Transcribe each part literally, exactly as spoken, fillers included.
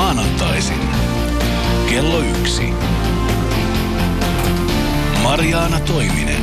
Maanantaisin kello yksi. Mariaana Toiminen.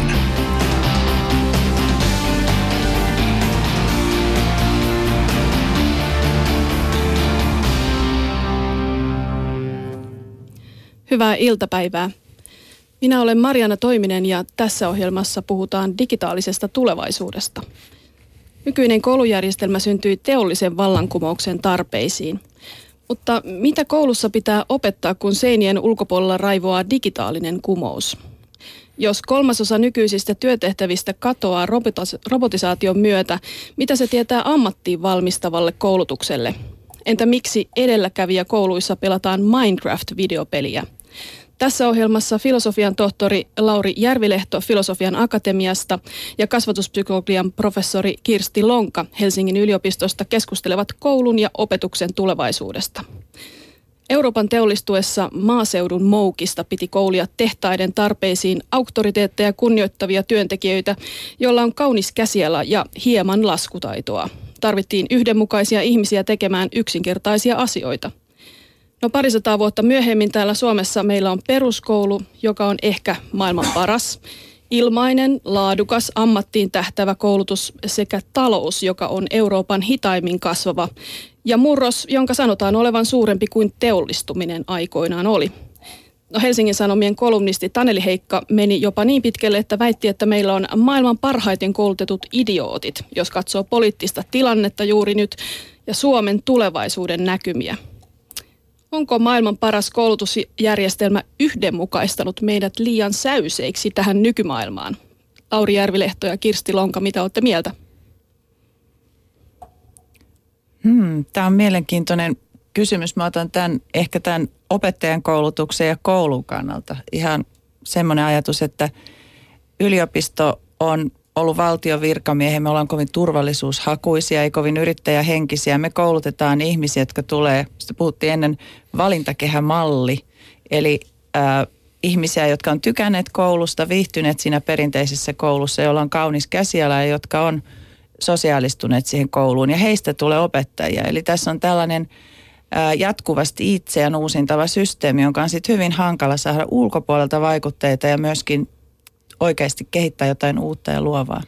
Hyvää iltapäivää. Minä olen Mariaana Toiminen ja tässä ohjelmassa puhutaan digitaalisesta tulevaisuudesta. Nykyinen koulujärjestelmä syntyi teollisen vallankumouksen tarpeisiin. Mutta mitä koulussa pitää opettaa, kun seinien ulkopuolella raivoaa digitaalinen kumous? Jos kolmasosa nykyisistä työtehtävistä katoaa robotisaation myötä, mitä se tietää ammattiin valmistavalle koulutukselle? Entä miksi edelläkävijä kouluissa pelataan Minecraft-videopeliä? Tässä ohjelmassa filosofian tohtori Lauri Järvilehto Filosofian Akatemiasta ja kasvatuspsykologian professori Kirsti Lonka Helsingin yliopistosta keskustelevat koulun ja opetuksen tulevaisuudesta. Euroopan teollistuessa maaseudun moukista piti koulia tehtaiden tarpeisiin auktoriteetteja kunnioittavia työntekijöitä, joilla on kaunis käsiala ja hieman laskutaitoa. Tarvittiin yhdenmukaisia ihmisiä tekemään yksinkertaisia asioita. No parisataa vuotta myöhemmin täällä Suomessa meillä on peruskoulu, joka on ehkä maailman paras, ilmainen, laadukas, ammattiin tähtäävä koulutus sekä talous, joka on Euroopan hitaimmin kasvava, ja murros, jonka sanotaan olevan suurempi kuin teollistuminen aikoinaan oli. No Helsingin Sanomien kolumnisti Taneli Heikka meni jopa niin pitkälle, että väitti, että meillä on maailman parhaiten koulutetut idiootit, jos katsoo poliittista tilannetta juuri nyt ja Suomen tulevaisuuden näkymiä. Onko maailman paras koulutusjärjestelmä yhdenmukaistanut meidät liian säyseiksi tähän nykymaailmaan? Lauri Järvilehto ja Kirsti Lonka, mitä olette mieltä? Hmm, tämä on mielenkiintoinen kysymys. Mä otan tämän, ehkä tämän opettajan koulutuksen ja koulun kannalta. Ihan semmoinen ajatus, että yliopisto on ollut valtion virkamiehiä, me ollaan kovin turvallisuushakuisia, ei kovin yrittäjähenkisiä. Me koulutetaan ihmisiä, jotka tulee, sitä puhuttiin ennen, valintakehämalli, eli äh, ihmisiä, jotka on tykänneet koulusta, viihtyneet siinä perinteisessä koulussa, joilla on kaunis käsiala ja jotka on sosiaalistuneet siihen kouluun ja heistä tulee opettajia. Eli tässä on tällainen äh, jatkuvasti itseään uusintava systeemi, jonka on sitten hyvin hankala saada ulkopuolelta vaikutteita ja myöskin oikeasti kehittää jotain uutta ja luovaa?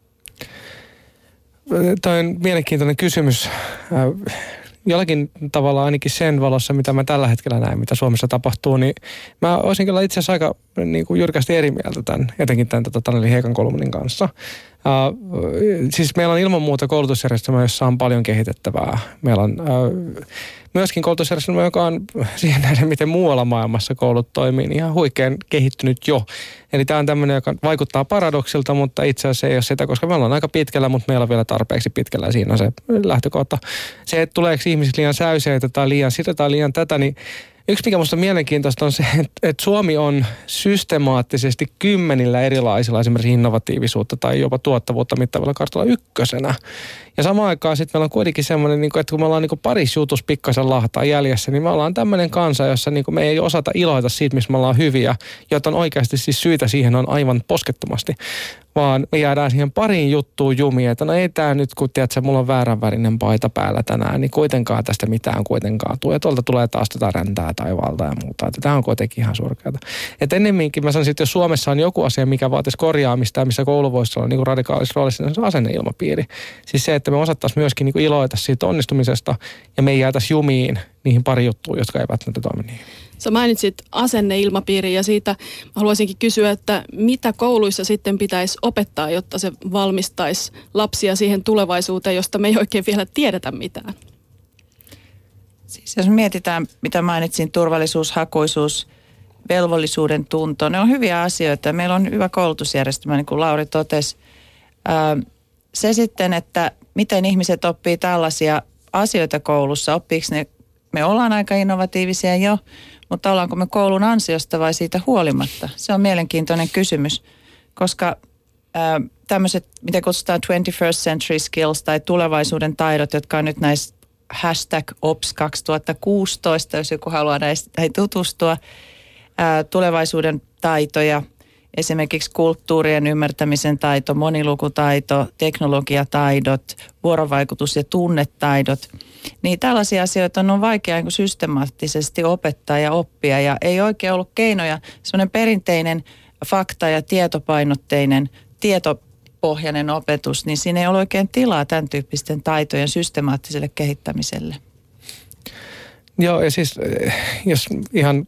Tämä on mielenkiintoinen kysymys. Jollakin tavalla ainakin sen valossa, mitä mä tällä hetkellä näen, mitä Suomessa tapahtuu, niin mä olisin kyllä itse asiassa aika niin kuin jyrkästi eri mieltä tämän, etenkin tämän tota, Taneli Heikan kolumnin kanssa. Uh, siis meillä on ilman muuta koulutusjärjestelmä, jossa on paljon kehitettävää. Meillä on uh, myöskin koulutusjärjestelmä, joka on siihen nähden, miten muualla maailmassa koulut toimii, niin ihan huikean kehittynyt jo. Eli tämä on tämmöinen, joka vaikuttaa paradoksilta, mutta itse asiassa ei ole sitä, koska me ollaan aika pitkällä, mutta meillä on vielä tarpeeksi pitkällä ja siinä on se lähtökohta. Se, että tuleeko ihmiset liian säyseitä tai liian sitä tai liian tätä, niin yksi, mikä minusta on mielenkiintoista, on se, että Suomi on systemaattisesti kymmenillä erilaisilla esimerkiksi innovatiivisuutta tai jopa tuottavuutta mittaavilla kartalla ykkösenä. Ja samaan aikaan sitten meillä on kuitenkin semmoinen, että kun me ollaan parissa jutussa pikkasen lahtaa jäljessä, niin me ollaan tämmöinen kansa, jossa me ei osata iloita siitä, missä me ollaan hyviä, jotta on oikeasti siis syytä siihen on aivan poskettomasti. Vaan me jäädään siihen pariin juttuun jumiin, että no ei tää nyt, kun tiedät, että mulla on vääränvärinen paita päällä tänään, niin kuitenkaan tästä mitään kuitenkaan tule. Ja tuolta tulee taas tätä räntää taivaalta ja muuta. Että tämä on kuitenkin ihan surkeata. Että ennemminkin mä sanoisin, että jos Suomessa on joku asia, mikä vaatisi korjaamista ja missä koulu voisi olla niin kuin radikaalissa roolissa, niin se on asenneilmapiiri. Siis se, että me osattaisiin myöskin niin kuin iloita siitä onnistumisesta ja me ei jäätäisi jumiin niihin pari juttuun, jotka eivät näitä toimi niin. Sä mainitsit asenneilmapiiri ja siitä haluaisinkin kysyä, että mitä kouluissa sitten pitäisi opettaa, jotta se valmistaisi lapsia siihen tulevaisuuteen, josta me ei oikein vielä tiedetä mitään? Siis jos mietitään, mitä mainitsin, turvallisuus, hakuisuus, velvollisuuden tunto, ne on hyviä asioita. Meillä on hyvä koulutusjärjestelmä, niin kuin Lauri totesi. Se sitten, että miten ihmiset oppii tällaisia asioita koulussa, oppiiko ne, me ollaan aika innovatiivisia jo, mutta ollaanko me koulun ansiosta vai siitä huolimatta? Se on mielenkiintoinen kysymys, koska ää, tämmöiset, mitä kutsutaan twenty-first century skills tai tulevaisuuden taidot, jotka on nyt näissä hashtag ops kaksituhattakuusitoista, jos joku haluaa näistä tutustua, ää, tulevaisuuden taitoja, esimerkiksi kulttuurien ymmärtämisen taito, monilukutaito, teknologiataidot, vuorovaikutus- ja tunnetaidot. Niin tällaisia asioita on vaikea niin kuin systemaattisesti opettaa ja oppia ja ei oikein ollut keinoja. Sellainen perinteinen fakta- ja tietopainotteinen tietopohjainen opetus, niin siinä ei ole oikein tilaa tämän tyyppisten taitojen systemaattiselle kehittämiselle. Joo, ja siis jos ihan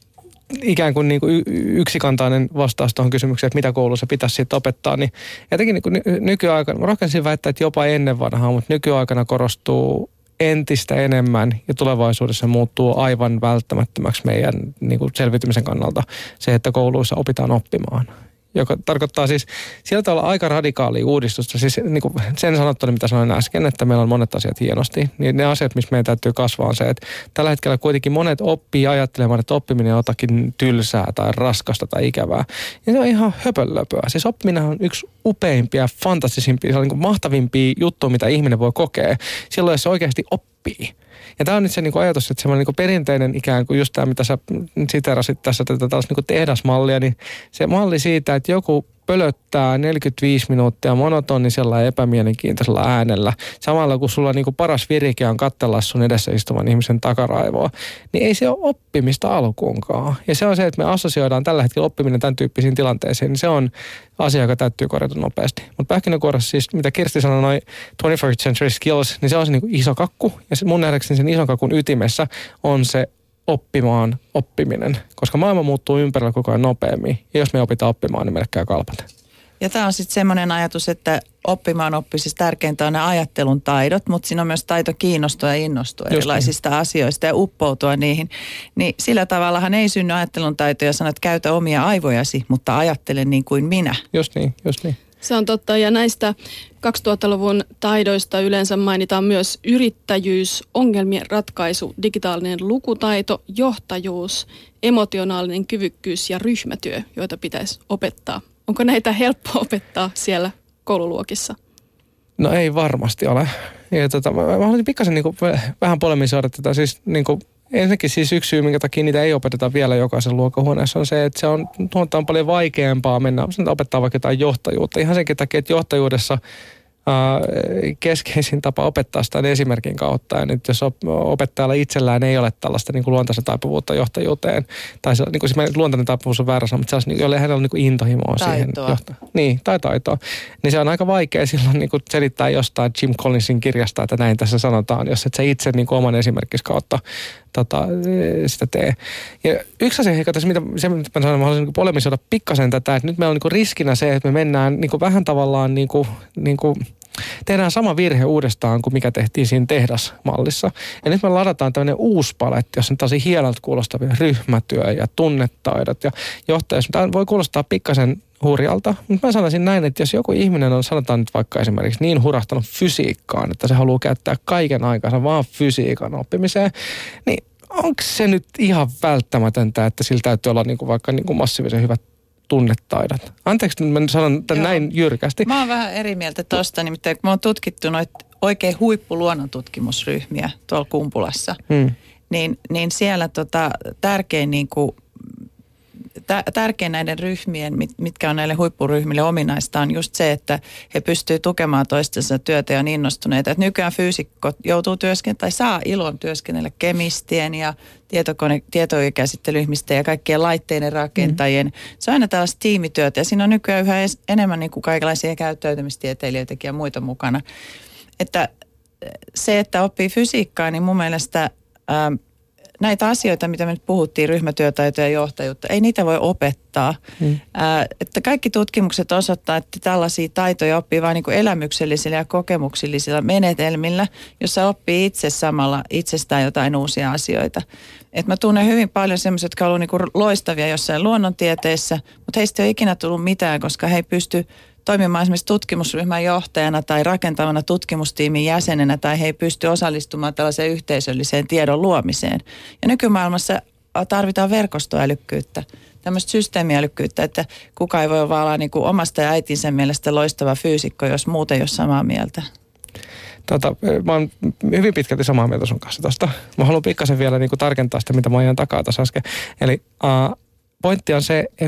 ikään kuin, niin kuin yksikantainen vastaus tuohon kysymykseen, että mitä koulussa pitäisi sitten opettaa, niin jotenkin niin kuin nykyaikana, mä rohkaisin väittää, että jopa ennen vanhaa, mutta nykyaikana korostuu entistä enemmän ja tulevaisuudessa muuttuu aivan välttämättömäksi meidän niin kuin selviytymisen kannalta se, että kouluissa opitaan oppimaan. Joka tarkoittaa siis sillä tavalla aika radikaalia uudistusta. Siis niin kuin sen sanottuna, mitä sanoin äsken, että meillä on monet asiat hienosti. Niin ne asiat, missä meidän täytyy kasvaa, on se, että tällä hetkellä kuitenkin monet oppii ajattelemaan, että oppiminen on jotakin tylsää tai raskasta tai ikävää. Ja se on ihan höpönlöpöä. Siis oppiminen on yksi upeimpia, fantastisimpia, se on niin kuin mahtavimpia juttuja, mitä ihminen voi kokea silloin, jos se oikeasti oppii. Ja tämä on nyt se niinku ajatus, että semmoinen niinku perinteinen ikään kuin just tämä, mitä sä siterasit tässä, tätä tällaista niinku tehdasmallia, niin se malli siitä, että joku pölöttää neljäkymmentäviisi minuuttia monotonisella ja epämielenkiintoisella äänellä, samalla kun sulla niinku paras virike on katsella sun edessä istuvan ihmisen takaraivoa, niin ei se ole oppimista alkuunkaan. Ja se on se, että me assosioidaan tällä hetkellä oppiminen tämän tyyppisiin tilanteisiin, niin se on asia, joka täytyy korjata nopeasti. Mutta pähkinänkuoressa siis, mitä Kirsti sanoi, noin twenty-first century skills, niin se on se niinku iso kakku. Ja mun nähdäkseni sen ison kakun ytimessä on se oppimaan oppiminen, koska maailma muuttuu ympärillä koko ajan nopeammin. Ja jos me opitaan oppimaan, niin meille käy kalpat. Ja tämä on sitten semmoinen ajatus, että oppimaan oppisissa tärkeintä on ne ajattelun taidot, mutta siinä on myös taito kiinnostua ja innostua Just erilaisista niin. asioista ja uppoutua niihin. Niin sillä tavallahan ei synny ajattelun taitoja sanoa, että käytä omia aivojasi, mutta ajattele niin kuin minä. Just niin, just niin. Se on totta, ja näistä kaksituhattaluvun taidoista yleensä mainitaan myös yrittäjyys, ongelmien ratkaisu, digitaalinen lukutaito, johtajuus, emotionaalinen kyvykkyys ja ryhmätyö, joita pitäisi opettaa. Onko näitä helppo opettaa siellä koululuokissa? No ei varmasti ole. Ja tota, mä, mä haluaisin pikkasen niinku vähän polemisoida tätä. Siis niinku, ensinnäkin siis yksi syy, minkä takia niitä ei opeteta vielä jokaisen luokkahuoneessa on se, että se on huomattavasti paljon vaikeampaa mennä opettaa vaikka jotain johtajuutta. Ihan senkin takia, että johtajuudessa Uh, keskeisin tapa opettaa sitä esimerkin kautta. Ja nyt jos opettajalla itsellään ei ole tällaista niin kuin luontaista taipuvuutta johtajuuteen, tai se, niin kuin siis luontainen taipuvuus on väärä sana, mutta sellaista, jolle hänellä on niin kuin intohimoa siihen johtaa. Niin, tai taitoa. Niin se on aika vaikea silloin niin kuin selittää jostain Jim Collinsin kirjasta, että näin tässä sanotaan, jos et sä itse niin kuin oman esimerkkis kautta tota, sitä tee. Ja yksi asia, joka tässä, mitä se, mä sanon, mä haluaisin niin polemisoida pikkasen tätä, että nyt meillä on niin kuin riskinä se, että me mennään niin kuin vähän tavallaan niin kuin, niin kuin tehdään sama virhe uudestaan kuin mikä tehtiin siinä tehdasmallissa. Ja nyt me ladataan tämmöinen uusi paletti, jossa on tosi hienolta kuulostavia ryhmätyö ja tunnetaidot ja johtajuus. Tämä voi kuulostaa pikkasen hurjalta, mutta mä sanoisin näin, että jos joku ihminen on, sanotaan nyt vaikka esimerkiksi niin hurahtanut fysiikkaan, että se haluaa käyttää kaiken aikansa vaan fysiikan oppimiseen, niin onko se nyt ihan välttämätöntä, että sillä täytyy olla niin kuin vaikka niin kuin massiivisen hyvät tunnetaidot? Anteeksi, mä sanon tämän näin jyrkästi. Mä oon vähän eri mieltä tosta, nimittäin kun mä oon tutkittu noita oikein huippuluonnontutkimusryhmiä tuolla Kumpulassa, hmm. niin, niin siellä tota, tärkein, niin kuin, tä, tärkein näiden ryhmien, mit, mitkä on näille huippuryhmille ominaista, on just se, että he pystyvät tukemaan toistensa työtä ja on innostuneita. Et nykyään fyysikot joutuu työskennellä tai saa ilon työskennellä kemistien ja tietokone, tietokäsittelyihmisten ja kaikkien laitteiden rakentajien. Mm. Se on aina tällaista tiimityötä ja siinä on nykyään yhä enemmän niin kuin kaikenlaisia käyttäytymistieteilijöitäkin ja muita mukana. Että se, että oppii fysiikkaa, niin mun mielestä ää, näitä asioita, mitä me nyt puhuttiin, ryhmätyötaitoja ja johtajuutta, ei niitä voi opettaa. Mm. Ää, että kaikki tutkimukset osoittaa, että tällaisia taitoja oppii vain niin kuin elämyksellisillä ja kokemuksellisilla menetelmillä, jossa oppii itse samalla itsestään jotain uusia asioita. Et mä tunnen hyvin paljon semmoisia, jotka on ollut niin kuin loistavia jossain luonnontieteissä, mutta heistä ei ole ikinä tullut mitään, koska he ei pysty toimimaan esimerkiksi tutkimusryhmän johtajana tai rakentavana tutkimustiimin jäsenenä tai he ei pysty osallistumaan tällaiseen yhteisölliseen tiedon luomiseen. Ja nykymaailmassa tarvitaan verkostoälykkyyttä, tämmöistä systeemiälykkyyttä, että kukaan ei voi vaan olla niin kuin omasta ja äitinsä mielestä loistava fyysikko, jos muuten ei ole samaa mieltä. Tota, mä oon hyvin pitkälti samaa mieltä sun kanssa tosta. Mä haluan pikkasen vielä niin kuin tarkentaa sitä, mitä mä ajan takaa tässä äsken. Eli uh, pointti on se, että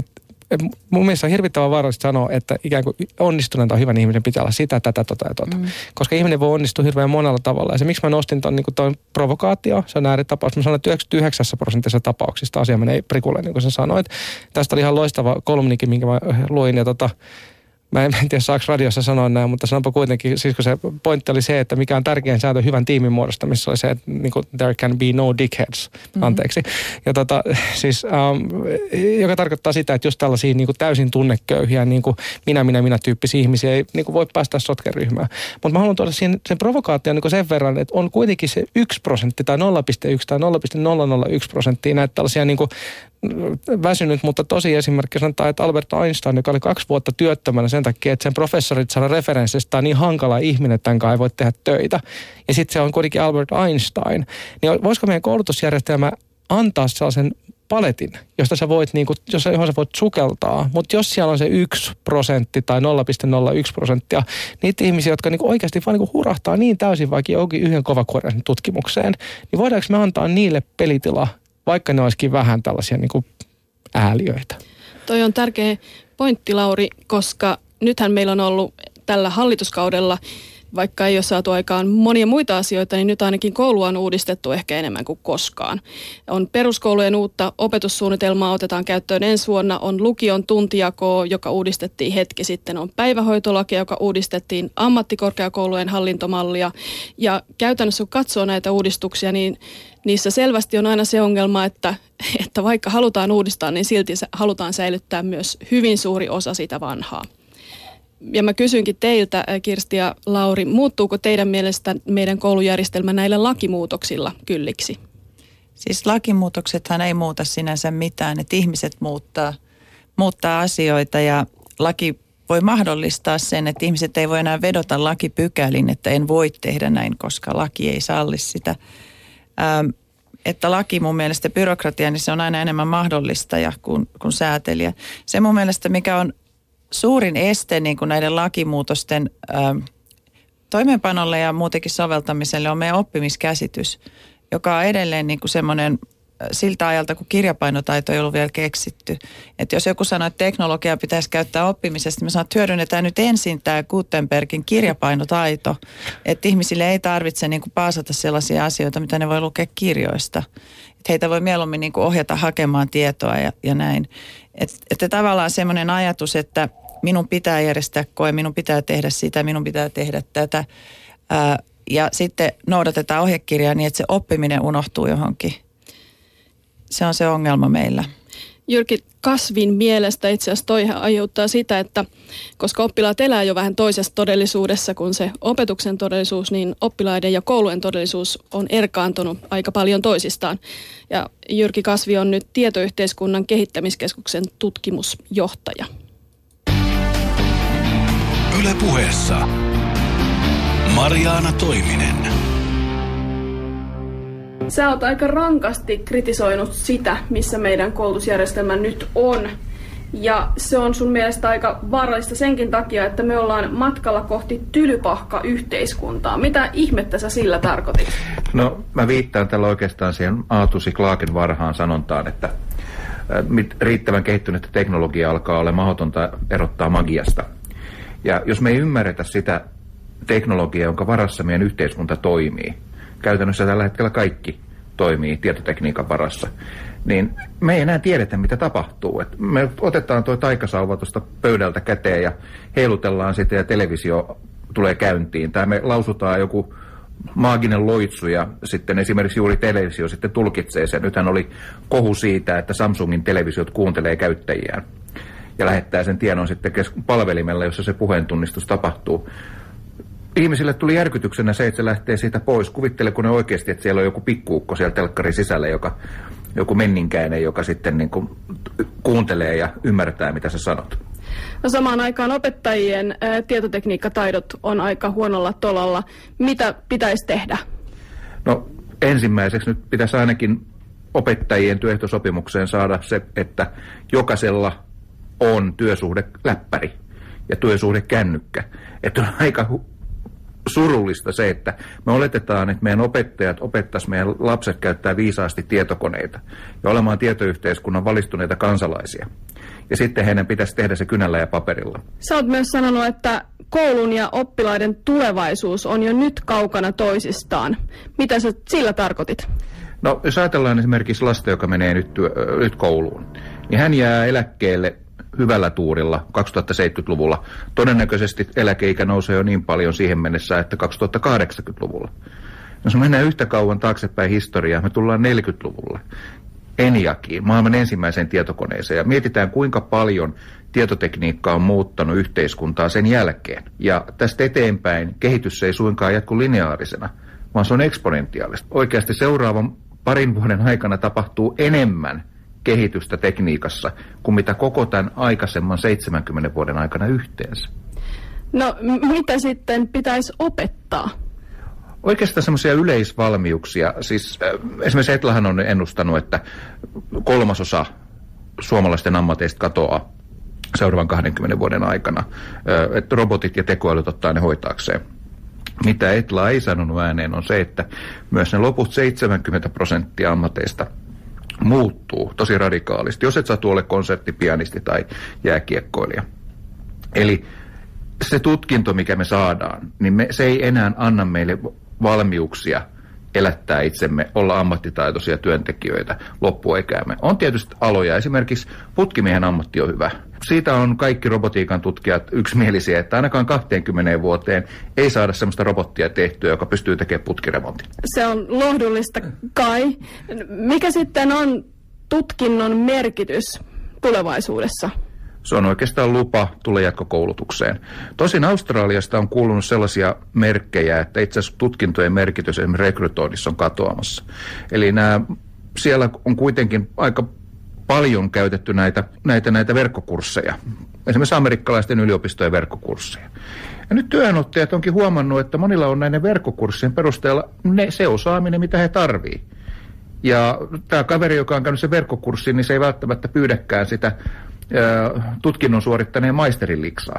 mun mielestä on hirvittävän vaarallista sanoa, että ikään kuin onnistuneen tai hyvän ihmisen pitää olla sitä, tätä, tota ja tota. Mm. Koska ihminen voi onnistua hirveän monella tavalla. Ja se, miksi mä nostin ton, niin ton provokaatio, se on ääritapaus. Mä sanon, että yhdeksänkymmentäyhdeksän prosentissa tapauksista asia menee prikulle, niin kuin sä sanoit. Tästä oli ihan loistava kolumnikin, minkä mä luin. Ja tota, mä en tiedä, saako radiossa sanoa näin, mutta sanonpa kuitenkin, siis kun se pointti oli se, että mikä on tärkein sääntö hyvän tiimin muodostamisessa, oli se, että niin kuin, there can be no dickheads, anteeksi. Mm-hmm. Ja tota, siis, um, joka tarkoittaa sitä, että just tällaisia niin kuin täysin tunneköyhiä, niin kuin minä, minä, minä tyyppisiä ihmisiä ei niin kuin voi päästä sotkeryhmään. Mutta mä haluan tuoda siihen sen provokaation niin sen verran, että on kuitenkin se yksi prosentti tai nolla pilkku yksi tai nolla pilkku nolla nolla yksi prosenttia näitä tällaisia niin kuin väsynyt, mutta tosi esimerkki sanotaan, että Albert Einstein, joka oli kaksi vuotta työttömänä sen takia, että sen professorit saada referenssistä on niin hankala ihminen, että tämän ei voi tehdä töitä. Ja sitten se on kuitenkin Albert Einstein. Niin voisiko meidän koulutusjärjestelmä antaa sellaisen paletin, josta sä voit, niin kuin, johon sä voit sukeltaa, mutta jos siellä on se yksi prosentti tai nolla pilkku nolla yksi prosenttia, niitä ihmisiä, jotka niin kuin oikeasti vaan niin kuin hurahtaa niin täysin vaikka johonkin yhden kovakuoreisen tutkimukseen, niin voidaanko me antaa niille pelitila, vaikka ne olisikin vähän tällaisia niin kuin ääliöitä? Toi on tärkeä pointti, Lauri, koska nythän meillä on ollut tällä hallituskaudella, vaikka ei ole saatu aikaan monia muita asioita, niin nyt ainakin koulua on uudistettu ehkä enemmän kuin koskaan. On peruskoulujen uutta opetussuunnitelmaa, otetaan käyttöön ensi vuonna, on lukion tuntijakoa, joka uudistettiin hetki sitten, on päivähoitolakia, joka uudistettiin, ammattikorkeakoulujen hallintomallia. Ja käytännössä kun katsoo näitä uudistuksia, niin niissä selvästi on aina se ongelma, että, että vaikka halutaan uudistaa, niin silti halutaan säilyttää myös hyvin suuri osa sitä vanhaa. Ja mä kysynkin teiltä, Kirsti ja Lauri, muuttuuko teidän mielestä meidän koulujärjestelmä näillä lakimuutoksilla kylliksi? Siis lakimuutoksethan ei muuta sinänsä mitään, että ihmiset muuttaa, muuttaa asioita ja laki voi mahdollistaa sen, että ihmiset ei voi enää vedota lakipykälin, että en voi tehdä näin, koska laki ei salli sitä. Ähm, että laki mun mielestä byrokratia, niin se on aina enemmän mahdollistaja kuin, kuin säätelijä. Se mun mielestä, mikä on suurin este niin kuin näiden lakimuutosten ähm, toimeenpanolle ja muutenkin soveltamiselle on meidän oppimiskäsitys, joka on edelleen niin kuin semmoinen siltä ajalta, kun kirjapainotaito ei ollut vielä keksitty. Että jos joku sanoo, että teknologiaa pitäisi käyttää oppimisesta, niin me sanon, että hyödynnetään nyt ensin tämä Gutenbergin kirjapainotaito, että ihmisille ei tarvitse niin kuin paasata sellaisia asioita, mitä ne voi lukea kirjoista. Että heitä voi mieluummin niin kuin ohjata hakemaan tietoa ja, ja näin. Että et tavallaan semmoinen ajatus, että minun pitää järjestää koe, minun pitää tehdä sitä, minun pitää tehdä tätä. Ää, ja sitten noudatetaan ohjekirjaa niin, että se oppiminen unohtuu johonkin. Se on se ongelma meillä. Jyrki, Kasvin mielestä itse asiassa toi aiheuttaa sitä, että koska oppilaat elää jo vähän toisessa todellisuudessa kuin se opetuksen todellisuus, niin oppilaiden ja koulujen todellisuus on erkaantunut aika paljon toisistaan. Ja Jyrki Kasvi on nyt Tietoyhteiskunnan kehittämiskeskuksen tutkimusjohtaja. Yle Puheessa Mariaana Toiminen. Sä oot aika rankasti kritisoinut sitä, missä meidän koulutusjärjestelmä nyt on. Ja se on sun mielestä aika vaarallista senkin takia, että me ollaan matkalla kohti tylypahka-yhteiskuntaa. Mitä ihmettä sä sillä tarkoitit? No mä viittaan tällä oikeastaan siihen Aatusi Klaaken varhaan sanontaan, että riittävän kehittynyttä teknologiaa alkaa olla mahdotonta erottaa magiasta. Ja jos me ei ymmärretä sitä teknologiaa, jonka varassa meidän yhteiskunta toimii, käytännössä tällä hetkellä kaikki toimii tietotekniikan varassa, niin me ei enää tiedetä, mitä tapahtuu. Et me otetaan tuo taikasauva tuosta pöydältä käteen ja heilutellaan sitä ja televisio tulee käyntiin. Tai me lausutaan joku maaginen loitsu ja sitten esimerkiksi juuri televisio sitten tulkitsee sen. Nythän oli kohu siitä, että Samsungin televisiot kuuntelee käyttäjiään ja lähettää sen tiedon sitten palvelimella, jossa se puheentunnistus tapahtuu. Ihmisille tuli järkytyksenä se, että se lähtee siitä pois. Kuvittele, kun ne oikeasti, että siellä on joku pikkuukko siellä telkkarin sisällä, joka, joku menninkäinen, joka sitten niin kuin kuuntelee ja ymmärtää, mitä sä sanot. No samaan aikaan opettajien ä, tietotekniikkataidot on aika huonolla tolalla. Mitä pitäisi tehdä? No ensimmäiseksi nyt pitäisi ainakin opettajien työehtosopimukseen saada se, että jokaisella on työsuhdeläppäri ja työsuhdekännykkä. Että on aika surullista se, että me oletetaan, että meidän opettajat opettaisivat meidän lapset käyttää viisaasti tietokoneita ja olemaan tietoyhteiskunnan valistuneita kansalaisia. ja sitten heidän pitäisi tehdä se kynällä ja paperilla. Sä oot myös sanonut, että koulun ja oppilaiden tulevaisuus on jo nyt kaukana toisistaan. Mitä sä sillä tarkoitit? No, jos ajatellaan esimerkiksi lasta, joka menee nyt, työ, nyt kouluun, niin hän jää eläkkeelle hyvällä tuurilla kaksituhattaseitsemänkymmentäluvulla. Todennäköisesti eläkeikä nousee jo niin paljon siihen mennessä, että kaksituhattakahdeksankymmentäluvulla. Jos me mennään yhtä kauan taaksepäin historiaa, me tullaan neljäkymmentäluvulle. ENIACiin, maailman ensimmäiseen tietokoneeseen, ja mietitään kuinka paljon tietotekniikka on muuttanut yhteiskuntaa sen jälkeen. Ja tästä eteenpäin kehitys ei suinkaan jatku lineaarisena, vaan se on eksponentiaalista. Oikeasti seuraavan parin vuoden aikana tapahtuu enemmän kehitystä tekniikassa kuin mitä koko tämän aikaisemman seitsemänkymmenen vuoden aikana yhteensä. No, mitä sitten pitäisi opettaa? Oikeastaan semmoisia yleisvalmiuksia. Siis äh, esimerkiksi Etlahan on ennustanut, että kolmasosa suomalaisten ammateista katoaa seuraavan kahdenkymmenen vuoden aikana. Äh, että robotit ja tekoälyt ottaa ne hoitaakseen. Mitä Etla ei sanonut ääneen on se, että myös ne loput seitsemänkymmentä prosenttia ammateista muuttuu tosi radikaalisti, jos et satu ole konserttipianisti tai jääkiekkoilija. Eli se tutkinto, mikä me saadaan, niin me, se ei enää anna meille valmiuksia elättää itsemme, olla ammattitaitoisia työntekijöitä loppuekäämme. On tietysti aloja, esimerkiksi putkimiehen ammatti on hyvä. Siitä on kaikki robotiikan tutkijat yksimielisiä, että ainakaan kaksikymmentä vuoteen ei saada sellaista robottia tehtyä, joka pystyy tekemään putkiremontin. Se on lohdullista kai. Mikä sitten on tutkinnon merkitys tulevaisuudessa? Se on oikeastaan lupa tulla jatkokoulutukseen. Tosin Australiasta on kuulunut sellaisia merkkejä, että itse asiassa tutkintojen merkitys esimerkiksi rekrytoinnissa on katoamassa. Eli nämä, siellä on kuitenkin aika paljon käytetty näitä, näitä, näitä verkkokursseja. Esimerkiksi amerikkalaisten yliopistojen verkkokursseja. Ja nyt työnottajat onkin huomannut, että monilla on näiden verkkokurssien perusteella ne, se osaaminen, mitä he tarvii. Ja tämä kaveri, joka on käynyt sen verkkokurssin, niin se ei välttämättä pyydäkään sitä tutkinnon suorittaneen maisterin liksaa.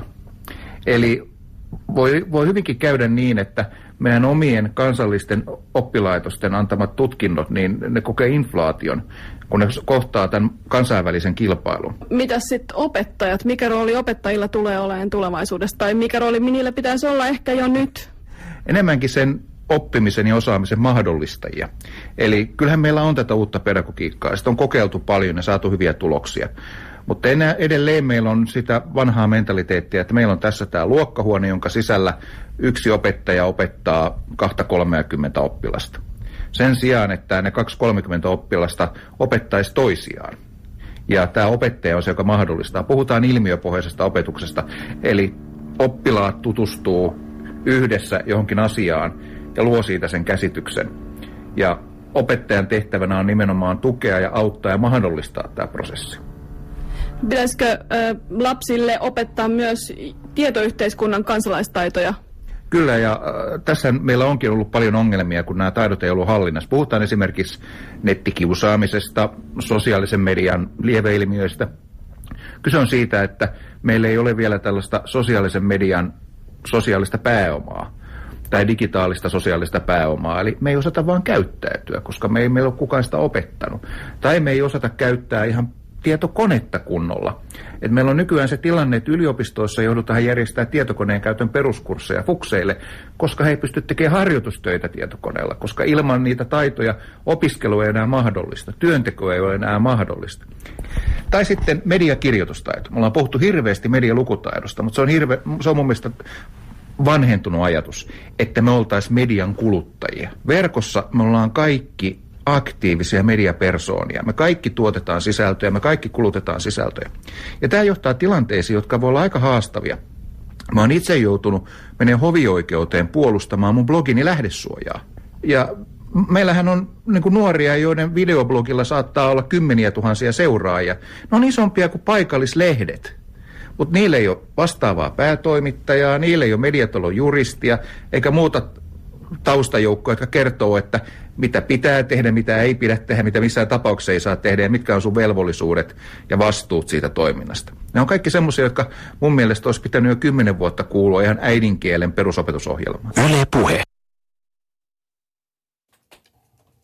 Eli voi, voi hyvinkin käydä niin, että meidän omien kansallisten oppilaitosten antamat tutkinnot, niin ne kokee inflaation, kun ne kohtaa tämän kansainvälisen kilpailun. Mitäs sitten opettajat? Mikä rooli opettajilla tulee olemaan tulevaisuudessa? Tai mikä rooli niillä pitäisi olla ehkä jo nyt? Enemmänkin sen oppimisen ja osaamisen mahdollistajia. Eli kyllähän meillä on tätä uutta pedagogiikkaa. Sitä on kokeiltu paljon ja saatu hyviä tuloksia. Mutta enää edelleen meillä on sitä vanhaa mentaliteettia, että meillä on tässä tämä luokkahuone, jonka sisällä yksi opettaja opettaa kaksi kolmekymmentä oppilasta. Sen sijaan, että ne kaksi kolmekymmentä oppilasta opettaisi toisiaan. Ja tämä opettaja on se, joka mahdollistaa. Puhutaan ilmiöpohjaisesta opetuksesta, eli oppilaat tutustuu yhdessä johonkin asiaan ja luo siitä sen käsityksen. Ja opettajan tehtävänä on nimenomaan tukea ja auttaa ja mahdollistaa tämä prosessi. Pitäisikö ö, lapsille opettaa myös tietoyhteiskunnan kansalaistaitoja? Kyllä, ja äh, tässä meillä onkin ollut paljon ongelmia, kun nämä taidot ei ollut hallinnassa. Puhutaan esimerkiksi nettikiusaamisesta, sosiaalisen median lieveilmiöistä. Kyse on siitä, että meillä ei ole vielä tällaista sosiaalisen median sosiaalista pääomaa tai digitaalista sosiaalista pääomaa. Eli me ei osata vaan käyttäytyä, koska me ei meillä ole kukaan sitä opettanut. Tai me ei osata käyttää ihan tietokonetta kunnolla. Et meillä on nykyään se tilanne, että yliopistoissa joudutaan järjestää tietokoneen käytön peruskursseja fukseille, koska he ei pysty tekemään harjoitustöitä tietokoneella, koska ilman niitä taitoja opiskelu ei enää mahdollista, työnteko ei ole enää mahdollista. Tai sitten mediakirjoitustaito. Me ollaan puhuttu hirveästi medialukutaidosta, mutta se on, hirve, se on mun mielestä vanhentunut ajatus, että me oltaisiin median kuluttajia. Verkossa me ollaan kaikki aktiivisia mediapersoonia. Me kaikki tuotetaan sisältöjä, me kaikki kulutetaan sisältöjä. Ja tämä johtaa tilanteisiin, jotka voi olla aika haastavia. Mä oon itse joutunut menemään hovioikeuteen puolustamaan mun blogini lähdesuojaa. Ja meillähän on niin kuin nuoria, joiden videoblogilla saattaa olla kymmeniä tuhansia seuraajia. Ne on isompia kuin paikallislehdet. Mutta niillä ei ole vastaavaa päätoimittajaa, niillä ei ole mediatalon juristia, eikä muuta taustajoukkoja, jotka kertoo, että mitä pitää tehdä, mitä ei pidä tehdä, mitä missään tapauksessa ei saa tehdä ja mitkä on sun velvollisuudet ja vastuut siitä toiminnasta. Ne on kaikki semmoisia, jotka mun mielestä olisi pitänyt jo kymmenen vuotta kuulua ihan äidinkielen perusopetusohjelmaan. Yle Puhe.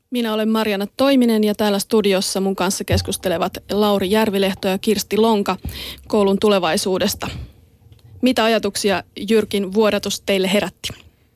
Minä olen Marjaana Toiminen ja täällä studiossa mun kanssa keskustelevat Lauri Järvilehto ja Kirsti Lonka koulun tulevaisuudesta. Mitä ajatuksia Jyrkin vuodatus teille herätti?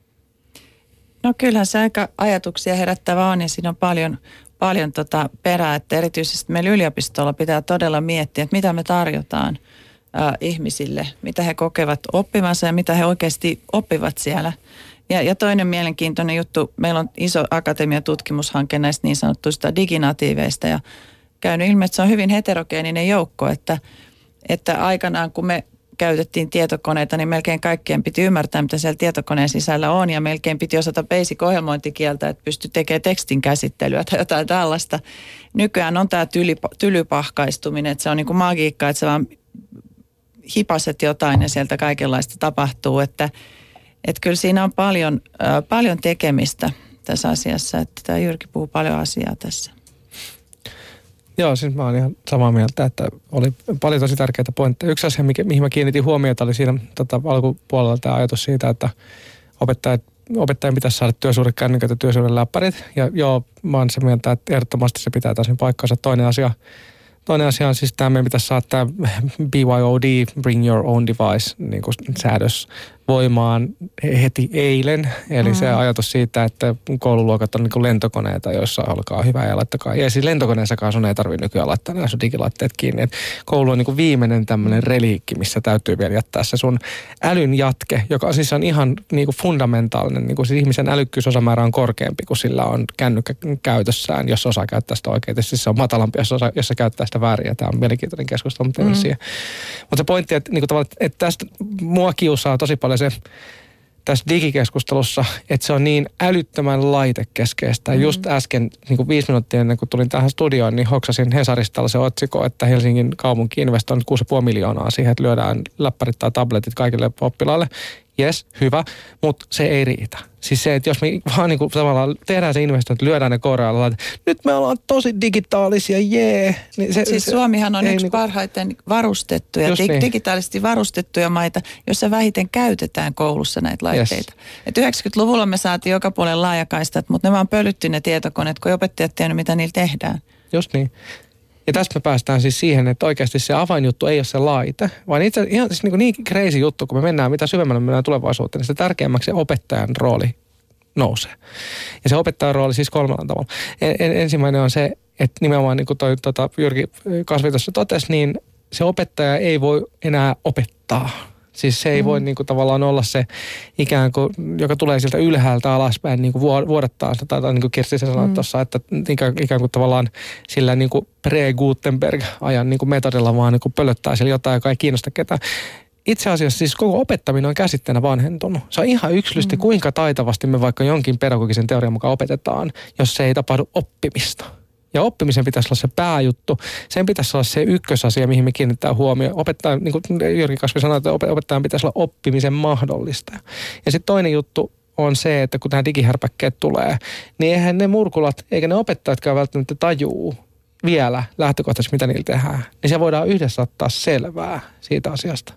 No kyllähän se aika ajatuksia herättävä on ja siinä on paljon, paljon tota perää, että erityisesti meillä yliopistolla pitää todella miettiä, että mitä me tarjotaan ä, ihmisille, mitä he kokevat oppivansa ja mitä he oikeasti oppivat siellä. Ja, ja toinen mielenkiintoinen juttu, meillä on iso akatemiatutkimushanke näistä niin sanottuista diginatiiveista ja käynyt ilmi, että se on hyvin heterogeeninen joukko, että, että aikanaan kun me käytettiin tietokoneita, niin melkein kaikkien piti ymmärtää, mitä siellä tietokoneen sisällä on ja melkein piti osata basic-ohjelmointikieltä, että pystyi tekemään tekstin käsittelyä tai jotain tällaista. Nykyään on tämä tyly, tylypahkaistuminen, että se on niin kuin magiikka, että sä vaan hipaset jotain ja sieltä kaikenlaista tapahtuu, että Että kyllä siinä on paljon, äh, paljon tekemistä tässä asiassa, että tämä Jyrki puhuu paljon asiaa tässä. Joo, siis mä oon ihan samaa mieltä, että oli paljon tosi tärkeitä pointteja. Yksi asia, mihin mä kiinnitin huomiota, oli siinä tota, alkupuolella tämä ajatus siitä, että opettajat, opettajien pitäisi saada työsuhdekännykät ja työsuhdeläppärit. Ja joo, mä oon se mieltä, että ehdottomasti se pitää täysin paikkansa. Toinen asia, Toinen asia on siis tämä, meidän pitäisi saada tämä B Y O D, Bring Your Own Device, niin kuin säädös voimaan heti eilen. Eli mm. se ajatus siitä, että koululuokat on niin kuin lentokoneita, joissa olkaa hyvää ja laittakaa. Ja siis lentokoneessakaan sun ei tarvitse nykyään laittaa nämä sun digilaitteet kiinni. Et koulu on niin kuin viimeinen tämmöinen reliikki, missä täytyy vielä jättää se sun älyn jatke, joka siis on ihan niin kuin fundamentaalinen. Niin kuin siis ihmisen älykkyysosamäärä on korkeampi, kun sillä on kännykkä käytössään, jos osaa käyttää sitä oikein. Siis se on matalampi, jos, osa, jos se käyttää sitä väärin. Ja tämä on mielenkiintoinen keskustelu. Mm. Mutta se pointti, että, niin kuin, että tästä mua kiusaa tosi paljon se tässä digikeskustelussa, että se on niin älyttömän laitekeskeistä. Mm-hmm. Just äsken, niin kuin viisi minuuttia ennen kuin tulin tähän studioon, niin hoksasin Hesarista tällaisen otsikon, että Helsingin kaupunki investoi kuusi pilkku viisi miljoonaa siihen, että lyödään läppärit tai tabletit kaikille oppilaille. Jes, hyvä, mutta se ei riitä. Siis se, että jos me vaan niin kuin tavallaan tehdään se investointi, lyödään ne korealla, että nyt me ollaan tosi digitaalisia, jee. Niin se, siis se, Suomihan on yksi niin kuin parhaiten varustettuja, dig- niin. digitaalisesti varustettuja maita, jossa vähiten käytetään koulussa näitä laitteita. Yes. Et yhdeksänkymmentäluvulla me saatiin joka puolen laajakaistat, mutta ne vaan pölytti ne tietokoneet, kun opettajat tiennyt, mitä niillä tehdään. Just niin. Ja tästä me päästään siis siihen, että oikeasti se avainjuttu ei ole se laite, vaan itse ihan siis niin, niin crazy juttu, kun me mennään, mitä syvemmälle me mennään tulevaisuuteen, niin se tärkeämmäksi se opettajan rooli nousee. Ja se opettajan rooli siis kolmella tavalla. En, ensimmäinen on se, että nimenomaan niin kuin toi tota, Jyrki Kasvi tuossa totesi, niin se opettaja ei voi enää opettaa. Siis se ei mm. voi niin kuin, tavallaan olla se ikään kuin, joka tulee sieltä ylhäältä alaspäin niin kuin vuodattaa sitä, tai niin kuin Kirsti sanoi mm. tuossa, että ikään, ikään kuin tavallaan sillä niin kuin pre-Gutenberg-ajan niin kuin metodilla vaan niin kuin pölöttää siellä jotain, joka ei kiinnosta ketään. Itse asiassa siis koko opettaminen on käsitteenä vanhentunut. Se on ihan yksilöllisesti, mm. kuinka taitavasti me vaikka jonkin pedagogisen teorian mukaan opetetaan, jos se ei tapahdu oppimista. Ja oppimisen pitäisi olla se pääjuttu. Sen pitäisi olla se ykkösasia, mihin me kiinnittää huomioon. Opettaja, niin kuin Jyrki Kasvi sanoi, että opettajan pitäisi olla oppimisen mahdollista. Ja sitten toinen juttu on se, että kun nämä digihärpäkkeet tulee, niin eihän ne murkulat, eikä ne opettajatkaan välttämättä tajuu vielä lähtökohtaisesti, mitä niillä tehdään. Niin se voidaan yhdessä ottaa selvää siitä asiasta.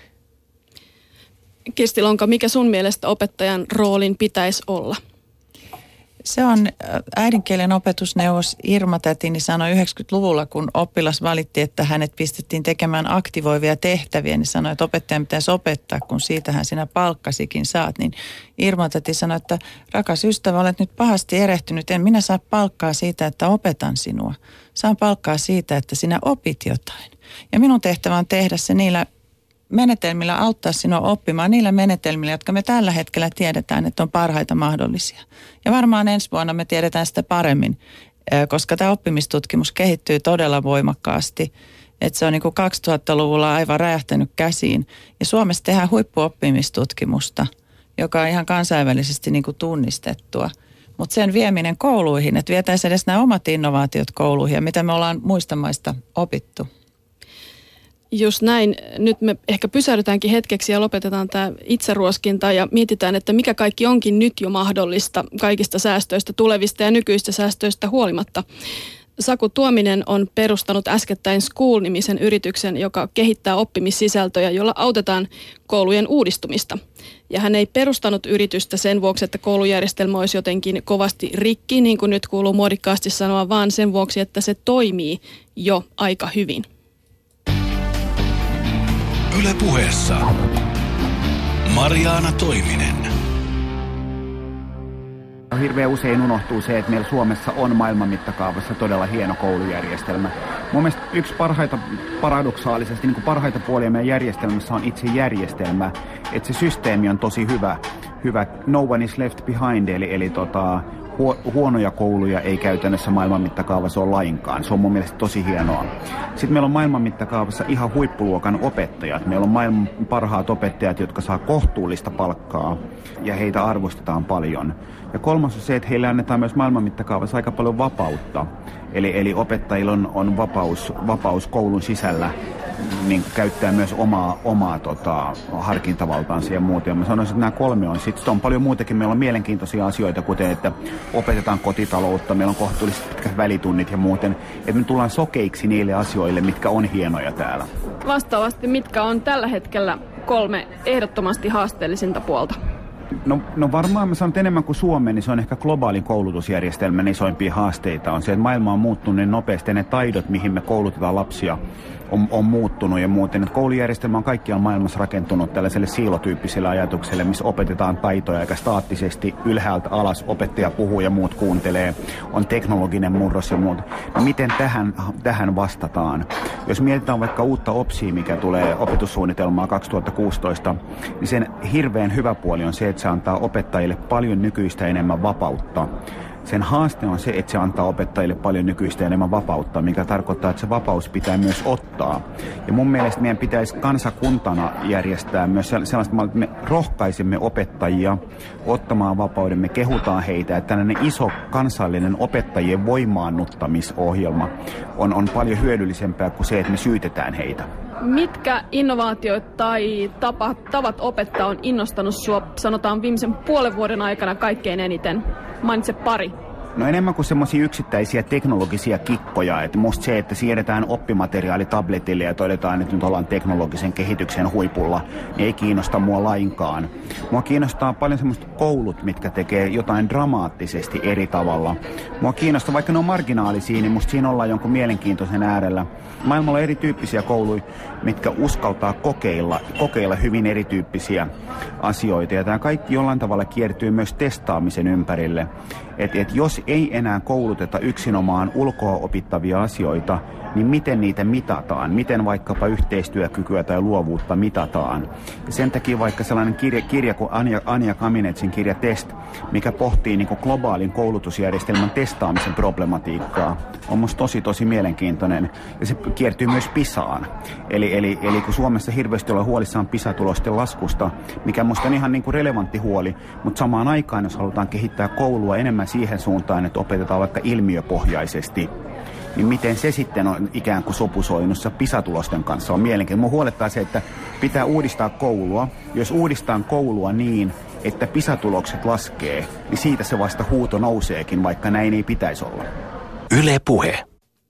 Kirsti Lonka, mikä sun mielestä opettajan roolin pitäisi olla? Se on äidinkielen opetusneuvos Irma Tätini sanoi yhdeksänkymmentäluvulla, kun oppilas valitti, että hänet pistettiin tekemään aktivoivia tehtäviä, niin sanoi, että opettajan pitäisi opettaa, kun siitähän sinä palkkasikin saat. Niin Irma Täti sanoi, että rakas ystävä, olet nyt pahasti erehtynyt. En minä saa palkkaa siitä, että opetan sinua. Saan palkkaa siitä, että sinä opit jotain. Ja minun tehtävä on tehdä se niillä menetelmillä, auttaa sinua oppimaan niillä menetelmillä, jotka me tällä hetkellä tiedetään, että on parhaita mahdollisia. Ja varmaan ensi vuonna me tiedetään sitä paremmin, koska tämä oppimistutkimus kehittyy todella voimakkaasti. Että se on niin kuin kaksituhattaluvulla aivan räjähtänyt käsiin. Ja Suomessa tehdään huippuoppimistutkimusta, joka on ihan kansainvälisesti niin kuin tunnistettua. Mutta sen vieminen kouluihin, että vietäisiin edes nämä omat innovaatiot kouluihin ja mitä me ollaan muista maista opittu. Just näin. Nyt me ehkä pysähdytäänkin hetkeksi ja lopetetaan tämä itseruoskinta ja mietitään, että mikä kaikki onkin nyt jo mahdollista kaikista säästöistä, tulevista ja nykyistä säästöistä huolimatta. Saku Tuominen on perustanut äskettäin School-nimisen yrityksen, joka kehittää oppimissisältöjä, jolla autetaan koulujen uudistumista. Ja hän ei perustanut yritystä sen vuoksi, että koulujärjestelmä olisi jotenkin kovasti rikki, niin kuin nyt kuuluu muodikkaasti sanoa, vaan sen vuoksi, että se toimii jo aika hyvin. Yle Puheessa Mariaana Toiminen. Hirveän usein unohtuu se, että meillä Suomessa on maailman mittakaavassa todella hieno koulujärjestelmä. Mun mielestä yksi parhaita, paradoksaalisesti niin kuin parhaita puolia meidän järjestelmässä on itse järjestelmä. Että se systeemi on tosi hyvä. hyvä. No one is left behind, eli, eli tota, huonoja kouluja ei käytännössä maailman mittakaavassa ole lainkaan. Se on mun mielestä tosi hienoa. Sitten meillä on maailman mittakaavassa ihan huippuluokan opettajat. Meillä on maailman parhaat opettajat, jotka saa kohtuullista palkkaa ja heitä arvostetaan paljon. Ja kolmas on se, että heille annetaan myös maailman mittakaavassa aika paljon vapautta. Eli, eli opettajilla on, on vapaus, vapaus koulun sisällä niin käyttää myös omaa, omaa tota, harkintavaltaansa ja muuta. Ja mä sanoisin, että nämä kolme on. Sitten on paljon muutakin. Meillä on mielenkiintoisia asioita, kuten että opetetaan kotitaloutta, meillä on kohtuulliset pitkät välitunnit ja muuten. Että me tullaan sokeiksi niille asioille, mitkä on hienoja täällä. Vastaavasti, mitkä on tällä hetkellä kolme ehdottomasti haasteellisinta puolta? No, no varmaan mä sanon, enemmän kuin Suomen, niin se on ehkä globaalin koulutusjärjestelmän isoimpia haasteita. On se, että maailma on muuttunut niin nopeasti ja ne taidot, mihin me koulutetaan lapsia, on, on muuttunut ja muuten. Että koulujärjestelmä on kaikkialla maailmassa rakentunut tällaiselle siilotyyppiselle ajatukselle, missä opetetaan taitoja aika staattisesti ylhäältä alas. Opettaja puhuu ja muut kuuntelee. On teknologinen murros ja muuta. No miten tähän, tähän vastataan? Jos mietitään vaikka uutta OPSia, mikä tulee opetussuunnitelmaa kaksituhattakuusitoista, niin sen hirveän hyvä puoli on se, että se antaa opettajille paljon nykyistä enemmän vapautta. Sen haaste on se, että se antaa opettajille paljon nykyistä enemmän vapautta, mikä tarkoittaa, että se vapaus pitää myös ottaa. Ja mun mielestä meidän pitäisi kansakuntana järjestää myös sellaista, että me rohkaisemme opettajia ottamaan vapauden, me kehutaan heitä, että tällainen iso kansallinen opettajien voimaannuttamisohjelma on, on paljon hyödyllisempää kuin se, että me syytetään heitä. Mitkä innovaatiot tai tapa, tavat opettaa on innostanut sinua, sanotaan viimeisen puolen vuoden aikana kaikkein eniten? Mainitse pari. No enemmän kuin semmoisia yksittäisiä teknologisia kikkoja. Että musta se, että siirretään oppimateriaali tabletille ja todetaan, että nyt ollaan teknologisen kehityksen huipulla, niin ei kiinnosta mua lainkaan. Mua kiinnostaa paljon semmoista koulut, mitkä tekee jotain dramaattisesti eri tavalla. Mua kiinnostaa, vaikka ne on marginaalisia, niin musta siinä ollaan jonkun mielenkiintoisen äärellä. Maailmalla on erityyppisiä kouluja, mitkä uskaltaa kokeilla, kokeilla hyvin erityyppisiä asioita. Ja tämä kaikki jollain tavalla kiertyy myös testaamisen ympärille. Että et jos ei enää kouluteta yksinomaan ulkoa opittavia asioita, niin miten niitä mitataan? Miten vaikkapa yhteistyökykyä tai luovuutta mitataan? Ja sen takia vaikka sellainen kirja, kirja kuin Anja, Anja Kaminetsin kirja Test, mikä pohtii niin kuin globaalin koulutusjärjestelmän testaamisen problematiikkaa, on musta tosi tosi mielenkiintoinen. Ja se kiertyy myös PISAan. Eli, eli, eli kun Suomessa hirveästi ollaan huolissaan PISA-tulosten laskusta, mikä musta on ihan niin kuin relevantti huoli, mutta samaan aikaan, jos halutaan kehittää koulua enemmän siihen suuntaan, että opetetaan vaikka ilmiöpohjaisesti, niin miten se sitten on ikään kuin sopusoinnussa PISA-tulosten kanssa on mielenkiintoinen. Mua huolettaa se, että pitää uudistaa koulua. Jos uudistaa koulua niin, että PISA-tulokset laskee, niin siitä se vasta huuto nouseekin, vaikka näin ei pitäisi olla. Yle Puhe.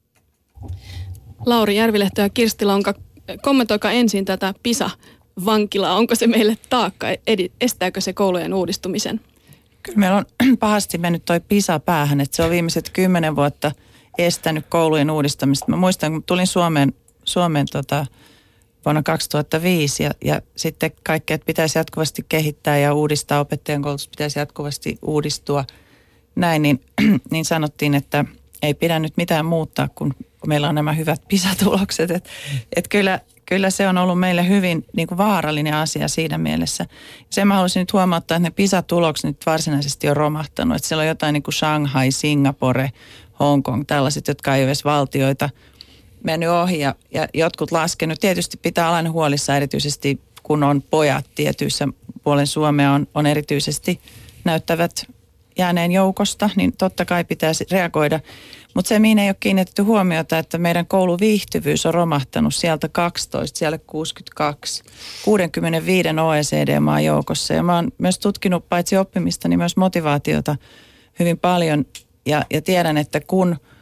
Lauri Järvilehto ja Kirsti Lonka, kommentoikaa ensin tätä PISA-vankilaa. Onko se meille taakka? Estääkö se koulujen uudistumisen? Kyllä meillä on pahasti mennyt toi PISA päähän, että se on viimeiset kymmenen vuotta estänyt koulujen uudistamista. Mä muistan, kun tulin Suomeen, Suomeen tota, vuonna kaksituhattaviisi ja, ja sitten kaikkea pitäisi jatkuvasti kehittää ja uudistaa, opettajan koulutus pitäisi jatkuvasti uudistua. Näin, niin, niin sanottiin, että ei pidä nyt mitään muuttaa, kun meillä on nämä hyvät PISA-tulokset. Että et kyllä, kyllä se on ollut meille hyvin niin kuin vaarallinen asia siinä mielessä. Sen mä haluaisin nyt huomauttaa, että ne PISA-tulokset nyt varsinaisesti on romahtanut. Että siellä on jotain niin kuin Shanghai, Singapore, Hongkong, tällaiset, jotka ei ole edes valtioita mennyt ohi ja, ja jotkut laskenut. Tietysti pitää olla huolissa erityisesti, kun on pojat tietyissä puolen Suomea on, on erityisesti näyttävät jääneen joukosta, niin totta kai pitäisi reagoida. Mutta se, mihin ei ole kiinnitetty huomiota, että meidän kouluviihtyvyys on romahtanut sieltä kaksitoista, siellä kuusikymmentäkaksi, kuusikymmentäviisi O E C D-maan joukossa. Ja mä oon myös tutkinut paitsi oppimista, niin myös motivaatiota hyvin paljon. Ja, ja tiedän, että kun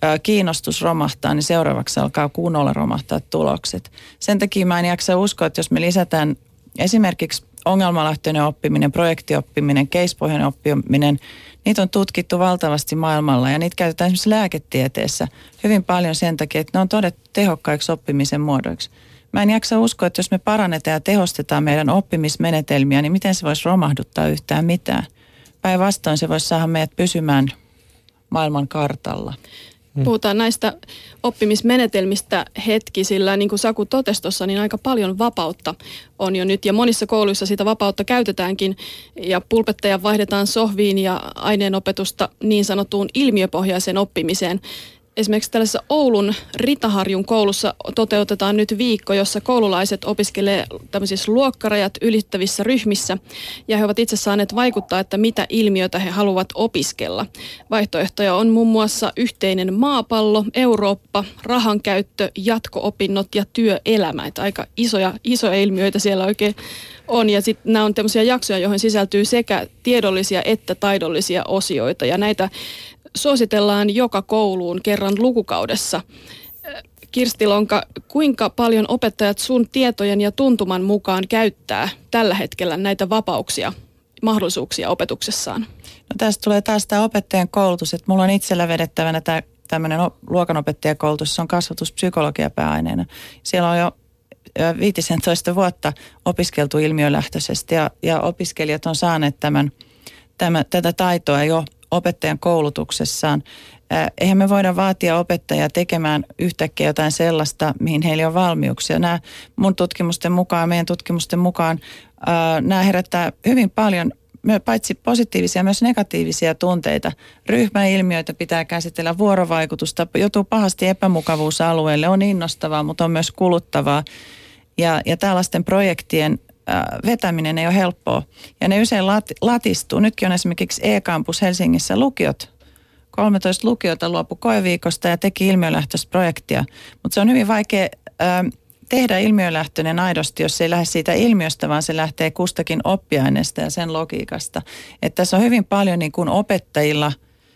kiinnostus romahtaa, niin seuraavaksi alkaa kunnolla romahtaa tulokset. Sen takia mä en jaksa uskoa, että jos me lisätään esimerkiksi ongelmalähtöinen oppiminen, projektioppiminen, case-pohjainen oppiminen, niitä on tutkittu valtavasti maailmalla ja niitä käytetään esimerkiksi lääketieteessä hyvin paljon sen takia, että ne on todettu tehokkaiksi oppimisen muodoiksi. Mä en jaksa uskoa, että jos me parannetaan ja tehostetaan meidän oppimismenetelmiä, niin miten se voisi romahduttaa yhtään mitään. Päinvastoin se voisi saada meidät pysymään maailman kartalla. Puhutaan näistä oppimismenetelmistä hetki, sillä niin kuin Saku totesi tuossa, niin aika paljon vapautta on jo nyt. Ja monissa kouluissa sitä vapautta käytetäänkin ja pulpetteja vaihdetaan sohviin ja aineenopetusta niin sanottuun ilmiöpohjaiseen oppimiseen. Esimerkiksi tällaisessa Oulun Ritaharjun koulussa toteutetaan nyt viikko, jossa koululaiset opiskelee tämmöisissä luokkarajat ylittävissä ryhmissä ja he ovat itse saaneet vaikuttaa, että mitä ilmiötä he haluavat opiskella. Vaihtoehtoja on muun muassa yhteinen maapallo, Eurooppa, rahankäyttö, jatko-opinnot ja työelämä. Että aika isoja, isoja ilmiöitä siellä oikein on ja sitten nämä on tämmöisiä jaksoja, joihin sisältyy sekä tiedollisia että taidollisia osioita ja näitä suositellaan joka kouluun kerran lukukaudessa. Kirsti Lonka, kuinka paljon opettajat sun tietojen ja tuntuman mukaan käyttää tällä hetkellä näitä vapauksia, mahdollisuuksia opetuksessaan? No tästä tulee taas tämä opettajan koulutus, että mulla on itsellä vedettävänä tämä tämmöinen luokanopettajakoulutus, se on kasvatuspsykologia pääaineena. Siellä on jo viisitoista vuotta opiskeltu ilmiölähtöisesti ja, ja opiskelijat on saaneet tämän, tämän, tätä taitoa jo opettajan koulutuksessaan. Eihän me voida vaatia opettajia tekemään yhtäkkiä jotain sellaista, mihin heillä on valmiuksia. Nämä mun tutkimusten mukaan, meidän tutkimusten mukaan, ää, nämä herättää hyvin paljon paitsi positiivisia, myös negatiivisia tunteita. Ryhmäilmiöitä pitää käsitellä, vuorovaikutusta, joutuu pahasti epämukavuusalueelle, on innostavaa, mutta on myös kuluttavaa. Ja, ja tällaisten projektien vetäminen ei ole helppoa. Ja ne usein latistuu. Nytkin on esimerkiksi E-Campus Helsingissä lukiot. kolmetoista lukiota luopui koeviikosta ja teki ilmiölähtöistä projektia. Mutta se on hyvin vaikea ää, tehdä ilmiölähtöinen aidosti, jos se ei lähde siitä ilmiöstä, vaan se lähtee kustakin oppiaineesta ja sen logiikasta. Että tässä on hyvin paljon niin kuin opettajilla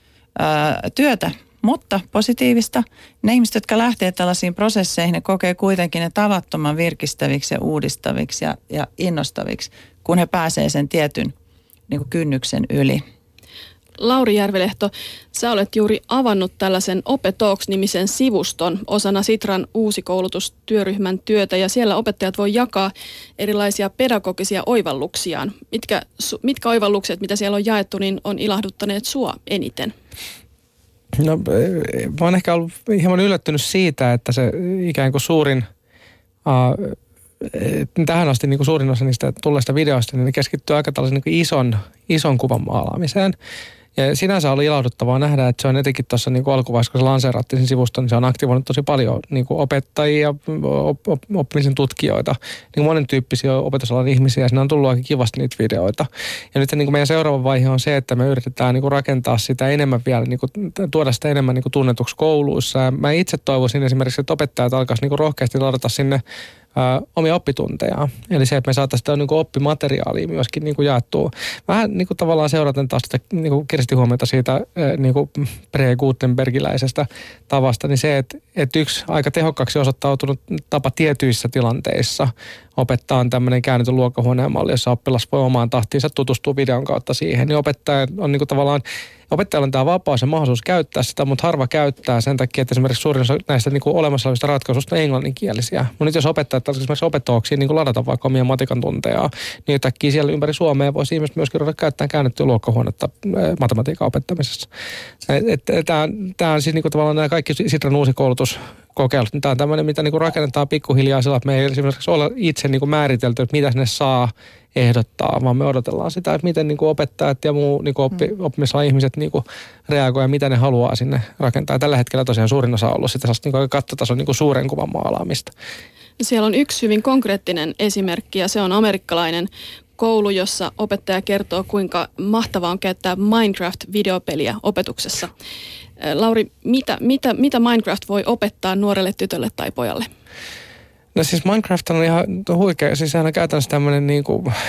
ää, työtä. Mutta positiivista, ne ihmiset, jotka lähtee tällaisiin prosesseihin, ne kokee kuitenkin ne tavattoman virkistäviksi ja uudistaviksi ja, ja innostaviksi, kun he pääsee sen tietyn niin kuin kynnyksen yli. Lauri Järvelehto, sä olet juuri avannut tällaisen OpeTalks-nimisen sivuston osana Sitran uusikoulutustyöryhmän työtä ja siellä opettajat voi jakaa erilaisia pedagogisia oivalluksiaan. Mitkä, mitkä oivallukset, mitä siellä on jaettu, niin on ilahduttaneet sua eniten? No mä oon ehkä ollut hieman yllättynyt siitä, että se ikään kuin suurin, äh, tähän asti niin kuin suurin osa niistä tulleista videoista, niin ne keskittyy aika tällaisen niin kuin ison, ison kuvan maalaamiseen. Ja sinänsä oli ilahduttavaa nähdä, että se on etenkin tuossa niin kuin alkuvaiheessa, kun se lanseerattiin sen sivuston, niin se on aktivoinut tosi paljon niin kuin opettajia, op, op, oppimisen tutkijoita, niin kuin monen tyyppisiä opetusalan ihmisiä, ja siinä on tullut aika kivasti niitä videoita. Ja nyt niin kuin meidän seuraava vaihe on se, että me yritetään niin kuin rakentaa sitä enemmän vielä, niin kuin, tuoda sitä enemmän niin kuin tunnetuksi kouluissa. Ja mä itse toivoisin esimerkiksi, että opettajat alkaisivat niin kuin rohkeasti ladata sinne Ö, omia oppituntejaan. Eli se, että me saataisiin sitä niin kuin oppimateriaalia myöskin niin kuin jaettua. Vähän niin kuin tavallaan seuraten taas sitä niin kuin Kirsti huomiota siitä niin kuin pre-Gutenbergiläisestä tavasta, niin se, että, että yksi aika tehokkaaksi osoittautunut tapa tietyissä tilanteissa opettaa on tämmöinen käännetyn luokkahuoneen malli, jossa oppilas voi omaan tahtiinsa tutustua videon kautta siihen. Niin opettaja on niin kuin tavallaan opettajalla on tämä vapaus ja mahdollisuus käyttää sitä, mutta harva käyttää sen takia, että esimerkiksi suurin osa näistä niin kuin olemassa olevista ratkaisuista on englanninkielisiä. Mutta nyt jos opettajat tarvitsisi esimerkiksi OpeTalksiin niin kuin ladata vaikka omia matikan tunteja, niin yhtäkkiä siellä ympäri Suomea voisi ihmiset myöskin ruveta käyttämään käännettyä luokkahuonetta matematiikan opettamisessa. Tämä on siis niin kuin tavallaan nämä kaikki Sitran uusi koulutus kokeilut. Tämä on tämmöinen, mitä niin kuin rakennetaan pikkuhiljaa sillä, että me ei esimerkiksi ole itse niin kuin määritelty, että mitä sinne saa ehdottaa, vaan me odotellaan sitä, että miten niin kuin opettajat ja muu niin kuin oppi, oppimisalan ihmiset niin kuin reagoi ja mitä ne haluaa sinne rakentaa. Ja tällä hetkellä tosiaan suurin osa on ollut sitä niin kuin kattotason niin kuin suuren kuvan maalaamista. Siellä on yksi hyvin konkreettinen esimerkki ja se on amerikkalainen koulu, jossa opettaja kertoo, kuinka mahtavaa on käyttää Minecraft-videopeliä opetuksessa. Lauri, mitä, mitä, mitä Minecraft voi opettaa nuorelle tytölle tai pojalle? No siis Minecraft on ihan huikea, siis sehän on käytännössä tämmöinen niin kuin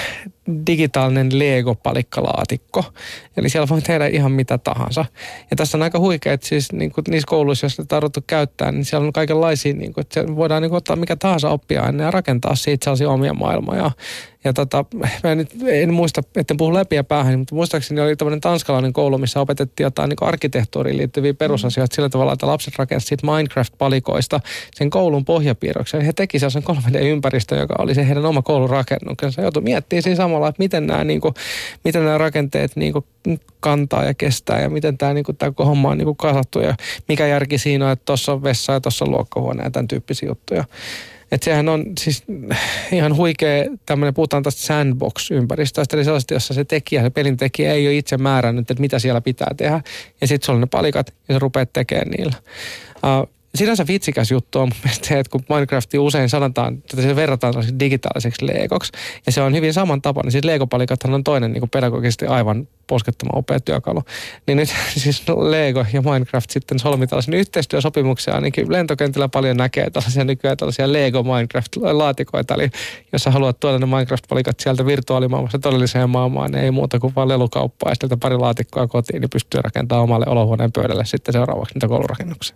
digitaalinen Lego-palikkalaatikko. Eli siellä voi tehdä ihan mitä tahansa. Ja tässä on aika huikea, että siis niin kuin niissä kouluissa, joissa sitä tarvittu käyttää, niin siellä on kaikenlaisia, niin kuin, että voidaan niin kuin ottaa mikä tahansa oppiaine ja rakentaa siitä sellaisia omia maailmoja. Ja tota, mä en, nyt, en muista, etten puhu läpi ja päähän, mutta muistaakseni oli tämmöinen tanskalainen koulu, missä opetettiin jotain niin kuin arkkitehtuuriin liittyviä perusasioita sillä tavalla, että lapset rakensivat siitä Minecraft-palikoista sen koulun pohjapiirroksen. He teki sellaisen kolme D-ympäristön, joka oli se heidän oma koulurakennuksensa. Joutui miettimään siinä samalla, että miten nämä, niin kuin, miten nämä rakenteet niin kuin kantaa ja kestää ja miten tämä, niin kuin, tämä homma on niin kuin kasattu ja mikä järki siinä on, että tuossa on vessa ja tuossa on luokkahuone ja tämän tyyppisiä juttuja. Että sehän on siis ihan huikea tämmöinen, puhutaan tästä sandbox-ympäristöstä, eli sellaista, jossa se tekijä, se pelin tekijä ei ole itse määrännyt, että mitä siellä pitää tehdä. Ja sitten sulla on ne palikat ja sä rupeat tekemään niillä. Uh, Sinänsä vitsikäs juttu on mun mielestä se, että kun Minecraftia usein sanotaan, että se verrataan digitaaliseksi Legoksi, ja se on hyvin saman tapa, niin siis Lego-palikathan on toinen niin kuin pedagogisesti aivan poskettoman upea työkalu. Niin nyt siis Lego ja Minecraft sitten solmi tällaisen yhteistyösopimuksia, ainakin lentokentillä paljon näkee tällaisia nykyään tällaisia Lego Minecraft-laatikoita, eli jos sä haluat tuoda ne Minecraft-palikat sieltä virtuaalimaailmasta todelliseen maailmaan, niin ei muuta kuin vaan lelukauppaa ja sieltä pari laatikkoa kotiin, niin pystyy rakentamaan omalle olohuoneen pöydälle sitten seuraavaksi niitä koulurakennuksia.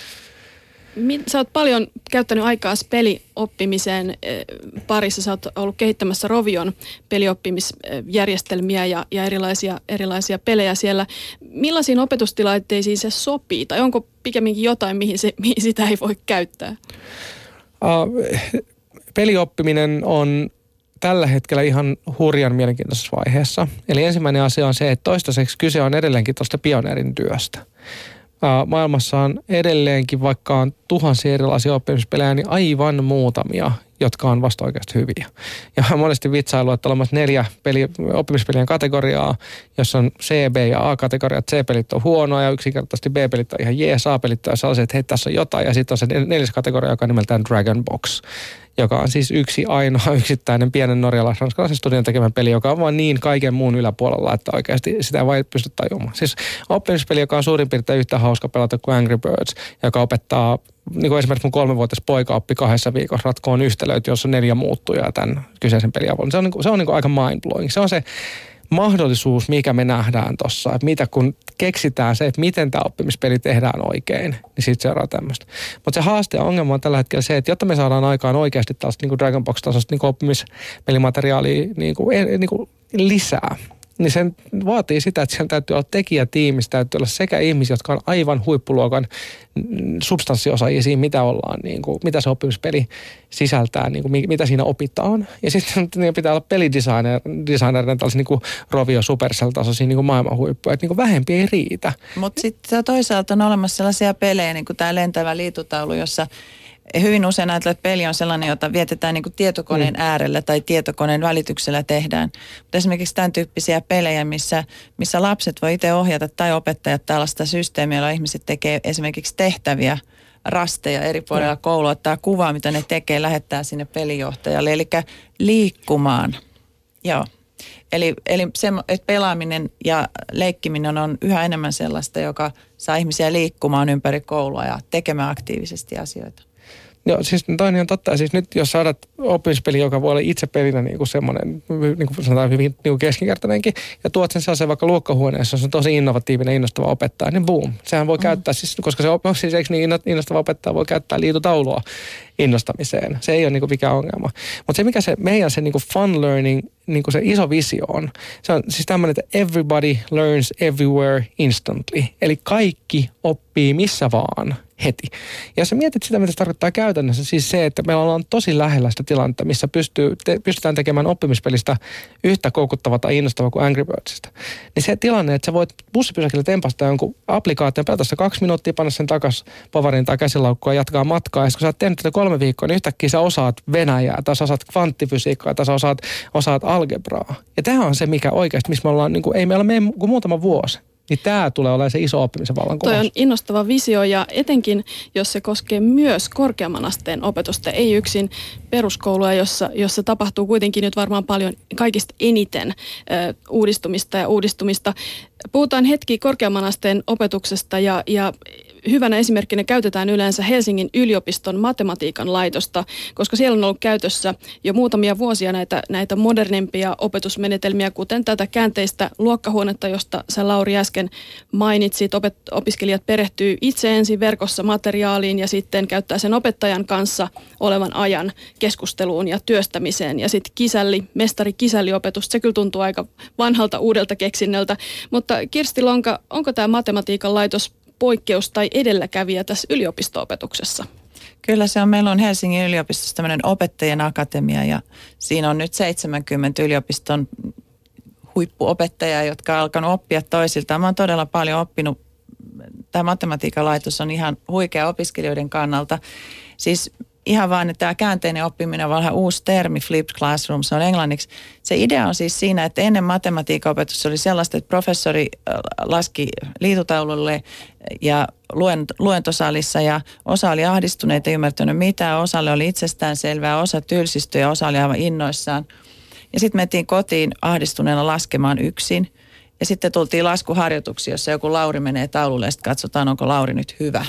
Sä oot paljon käyttänyt aikaa pelioppimiseen parissa. Sä oot ollut kehittämässä Rovion pelioppimisjärjestelmiä ja, ja erilaisia, erilaisia pelejä siellä. Millaisiin opetustilaitteisiin se sopii? Tai onko pikemminkin jotain, mihin, se, mihin sitä ei voi käyttää? Uh, pelioppiminen on tällä hetkellä ihan hurjan mielenkiintoisessa vaiheessa. Eli ensimmäinen asia on se, että toistaiseksi kyse on edelleenkin tuosta pioneerin työstä. Maailmassa on edelleenkin, vaikka on tuhansia erilaisia oppimispelejä, niin aivan muutamia, jotka on vasta oikeasti hyviä. Ja monesti vitsailu, että olemassa neljä peli, oppimispelien kategoriaa, jossa on C, B ja A-kategoriat. C-pelit on huonoa ja yksinkertaisesti B-pelit on ihan jees, A-pelit on sellaiset, että hei, tässä on jotain. Ja sitten on se neljäs kategoria, joka on nimeltään Dragon Box, joka on siis yksi ainoa yksittäinen pienen norjalais-ranskalaisen studion tekemän peli, joka on vaan niin kaiken muun yläpuolella, että oikeasti sitä ei vaan pysty tajumaan. Siis oppimispeli, joka on suurin piirtein yhtä hauska pelata kuin Angry Birds, joka opettaa, niin kuin esimerkiksi mun kolmevuotias poika oppi kahdessa viikossa ratkoon yhtälöitä, jossa on neljä muuttujaa tämän kyseisen pelin avulla. Se on, se on niin kuin aika mind-blowing. Se on se mahdollisuus, mikä me nähdään tuossa, että mitä kun keksitään se, että miten tämä oppimispeli tehdään oikein, niin siitä seuraa tämmöistä. Mutta se haaste ja ongelma on tällä hetkellä se, että jotta me saadaan aikaan oikeasti tällaista niin kuin Dragon Box-tasosta niin kuin oppimispelimateriaalia niin kuin, niin kuin lisää, niin sen vaatii sitä, että siellä täytyy olla tekijätiimissä, täytyy olla sekä ihmisiä, jotka on aivan huippuluokan substanssiosaajia siinä, mitä ollaan, niin kuin, mitä se oppimispeli sisältää, niin kuin, mitä siinä opitaan. Ja sitten niin pitää olla pelidesignerina tällaisia niin kuin Rovio Supercell-tasoisia niin kuin maailman huippuja, että niin kuin vähempi ei riitä. Mutta sitten toisaalta on olemassa sellaisia pelejä, niin kuin tämä lentävä liitutaulu, jossa hyvin usein ajatellaan, että peli on sellainen, jota vietetään niin kuin tietokoneen mm. äärellä tai tietokoneen välityksellä tehdään. Mutta esimerkiksi tämän tyyppisiä pelejä, missä, missä lapset voi itse ohjata tai opettajat tällaista systeemiä, jolla ihmiset tekee esimerkiksi tehtäviä, rasteja eri puolilla mm. koulua, ottaa kuvaa, mitä ne tekee, lähettää sinne pelijohtajalle. Eli liikkumaan. Joo. Eli, eli se, että pelaaminen ja leikkiminen on yhä enemmän sellaista, joka saa ihmisiä liikkumaan ympäri koulua ja tekemään aktiivisesti asioita. Joo, siis toinen on totta. Siis nyt jos saadaan oppimispeli, joka voi olla itse pelinä niin kuin semmoinen, niin kuin sanotaan hyvin niin kuin keskinkertainenkin, ja tuot sen sellaisen vaikka luokkahuoneessa, jos on tosi innovatiivinen, innostava opettaja, niin boom. Sehän voi mm. käyttää, siis, koska se on siis eikö niin innostava opettaja voi käyttää liitutaulua innostamiseen. Se ei ole niin kuin mikään ongelma. Mutta se, mikä se meidän se niin kuin fun learning, niin kuin se iso visio on, se on siis tämmöinen, että everybody learns everywhere instantly. Eli kaikki oppii missä vaan heti. Ja jos sä mietit sitä, mitä se tarkoittaa käytännössä, siis se, että meillä ollaan tosi lähellä sitä tilannetta, missä pystyy, te, pystytään tekemään oppimispelistä yhtä koukuttavaa tai innostavaa kuin Angry Birdsista. Niin se tilanne, että sä voit bussipysäkillä tempasta jonkun applikaation, pelata sitä kaksi minuuttia, panna sen takas povariin tai käsilaukkuun ja jatkaa matkaa. Ja kun sä oot tehnyt tätä kolme viikkoa, niin yhtäkkiä sä osaat Venäjää, tai sä osaat kvanttifysiikkaa, tai sä osaat, osaat algebraa. Ja tämä on se, mikä oikeasti, missä me ollaan, niin kuin, ei meillä mene kuin muutama vuosi. Niin tämä tulee olemaan se iso oppimisen vallankumous. Toi on innostava visio ja etenkin, jos se koskee myös korkeamman asteen opetusta, ei yksin peruskoulua, jossa, jossa tapahtuu kuitenkin nyt varmaan paljon kaikista eniten ö, uudistumista ja uudistumista. Puhutaan hetki korkeamman asteen opetuksesta ja, ja hyvänä esimerkkinä käytetään yleensä Helsingin yliopiston matematiikan laitosta, koska siellä on ollut käytössä jo muutamia vuosia näitä, näitä modernimpia opetusmenetelmiä, kuten tätä käänteistä luokkahuonetta, josta sä Lauri äsken mainitsit. Opet- opiskelijat perehtyy itse ensin verkossa materiaaliin ja sitten käyttää sen opettajan kanssa olevan ajan keskusteluun ja työstämiseen. Ja sitten kisälli, mestari-kisälliopetus, se kyllä tuntuu aika vanhalta uudelta keksinnöltä. Mutta Kirsti Lonka, onko tämä matematiikan laitos poikkeus tai edelläkävijä tässä yliopisto-opetuksessa? Kyllä se on. Meillä on Helsingin yliopistossa tämmöinen opettajien akatemia ja siinä on nyt seitsemänkymmentä yliopiston huippuopettajaa, jotka on alkanut oppia toisiltaan. Mä oon todella paljon oppinut. Tämä matematiikan laitos on ihan huikea opiskelijoiden kannalta. Siis ihan vaan, että tämä käänteinen oppiminen on vähän uusi termi, flipped classroom, se on englanniksi. Se idea on siis siinä, että ennen matematiikan opetus oli sellaista, että professori laski liitutaululle ja luentosalissa ja osa oli ahdistuneita, ei ymmärtänyt mitään, osalle oli itsestäänselvää, osa tylsistyi ja osa oli aivan innoissaan. Ja sitten mentiin kotiin ahdistuneena laskemaan yksin ja sitten tultiin laskuharjoituksiin, jossa joku Lauri menee taululle ja sitten katsotaan, onko Lauri nyt hyvä.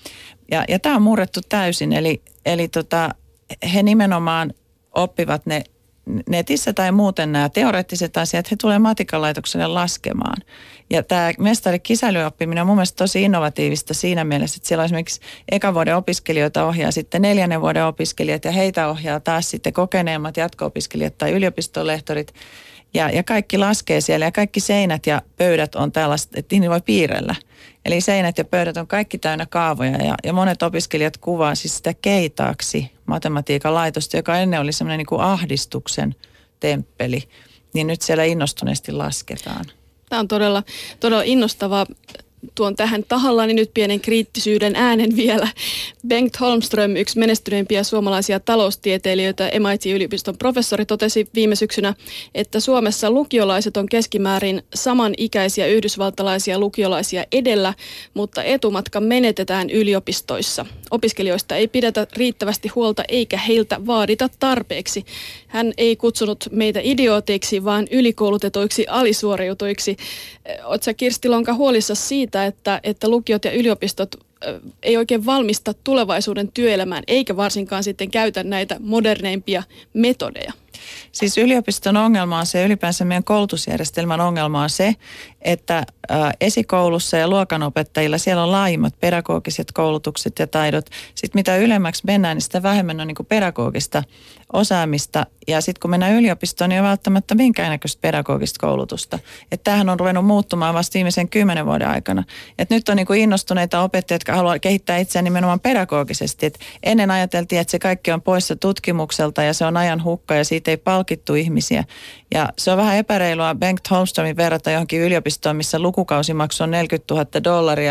Ja, ja tämä on murrettu täysin, eli, eli tota, he nimenomaan oppivat ne netissä tai muuten nämä teoreettiset asiat, he tulee matikan laitokselle laskemaan. Ja tämä mestari-kisälyoppiminen on mun mielestä tosi innovatiivista siinä mielessä, että siellä on esimerkiksi ekan vuoden opiskelijoita ohjaa sitten neljännen vuoden opiskelijat ja heitä ohjaa taas sitten kokeneemmat jatko-opiskelijat tai yliopistolehtorit. Ja, ja kaikki laskee siellä ja kaikki seinät ja pöydät on tällaista, että niihin voi piirrellä. Eli seinät ja pöydät on kaikki täynnä kaavoja ja, ja monet opiskelijat kuvaa siis sitä keitaaksi matematiikan laitosta, joka ennen oli semmoinen niin kuin ahdistuksen temppeli. Niin nyt siellä innostuneesti lasketaan. Tämä on todella, todella innostavaa. Tuon tähän tahallani nyt pienen kriittisyyden äänen vielä. Bengt Holmström, yksi menestyneimpiä suomalaisia taloustieteilijöitä, M I T-yliopiston professori, totesi viime syksynä, että Suomessa lukiolaiset on keskimäärin samanikäisiä yhdysvaltalaisia lukiolaisia edellä, mutta etumatka menetetään yliopistoissa. Opiskelijoista ei pidetä riittävästi huolta eikä heiltä vaadita tarpeeksi. Hän ei kutsunut meitä idiooteiksi, vaan ylikoulutetuiksi alisuoriutuiksi. Oletko sä, Kirsti Lonka, huolissa siitä, että, että lukiot ja yliopistot ei oikein valmista tulevaisuuden työelämään, eikä varsinkaan sitten käytä näitä moderneimpia metodeja? Siis yliopiston ongelma on se, ylipäänsä meidän koulutusjärjestelmän ongelma on se, että esikoulussa ja luokanopettajilla siellä on laajimmat pedagogiset koulutukset ja taidot. Sitten mitä ylemmäksi mennään, niin sitä vähemmän on niin kuin pedagogista osaamista. Ja sitten kun mennään yliopistoon, niin ei ole välttämättä minkäännäköistä pedagogista koulutusta. Että tämähän on ruvennut muuttumaan vasta viimeisen kymmenen vuoden aikana. Että nyt on niin kuin innostuneita opettajia, jotka haluaa kehittää itseään nimenomaan pedagogisesti. Et ennen ajateltiin, että se kaikki on poissa tutkimukselta ja se on ajan hukka ja siitä ei palkittu ihmisiä. Ja se on vähän epäreilua Bengt Holmströmin verrata johonkin yliopistoon, missä lukukausimaksu on neljäkymmentätuhatta dollaria,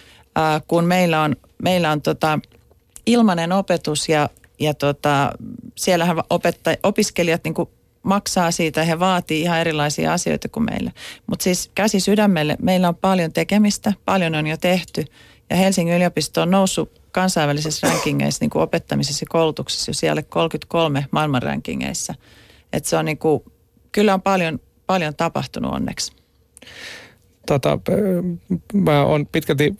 äh, kun meillä on, meillä on tota ilmainen opetus ja, ja tota, siellähän opetta, opiskelijat niin kuin maksaa siitä ja he vaatii ihan erilaisia asioita kuin meillä. Mutta siis käsi sydämelle, meillä on paljon tekemistä, paljon on jo tehty ja Helsingin yliopisto on noussut kansainvälisessä rankingeissa niin kuin opettamisessa ja koulutuksessa jo siellä kolmekymmentäkolme maailman rankingeissa. Että se on niin kuin, kyllä on paljon, paljon tapahtunut onneksi. Tota, mä oon pitkälti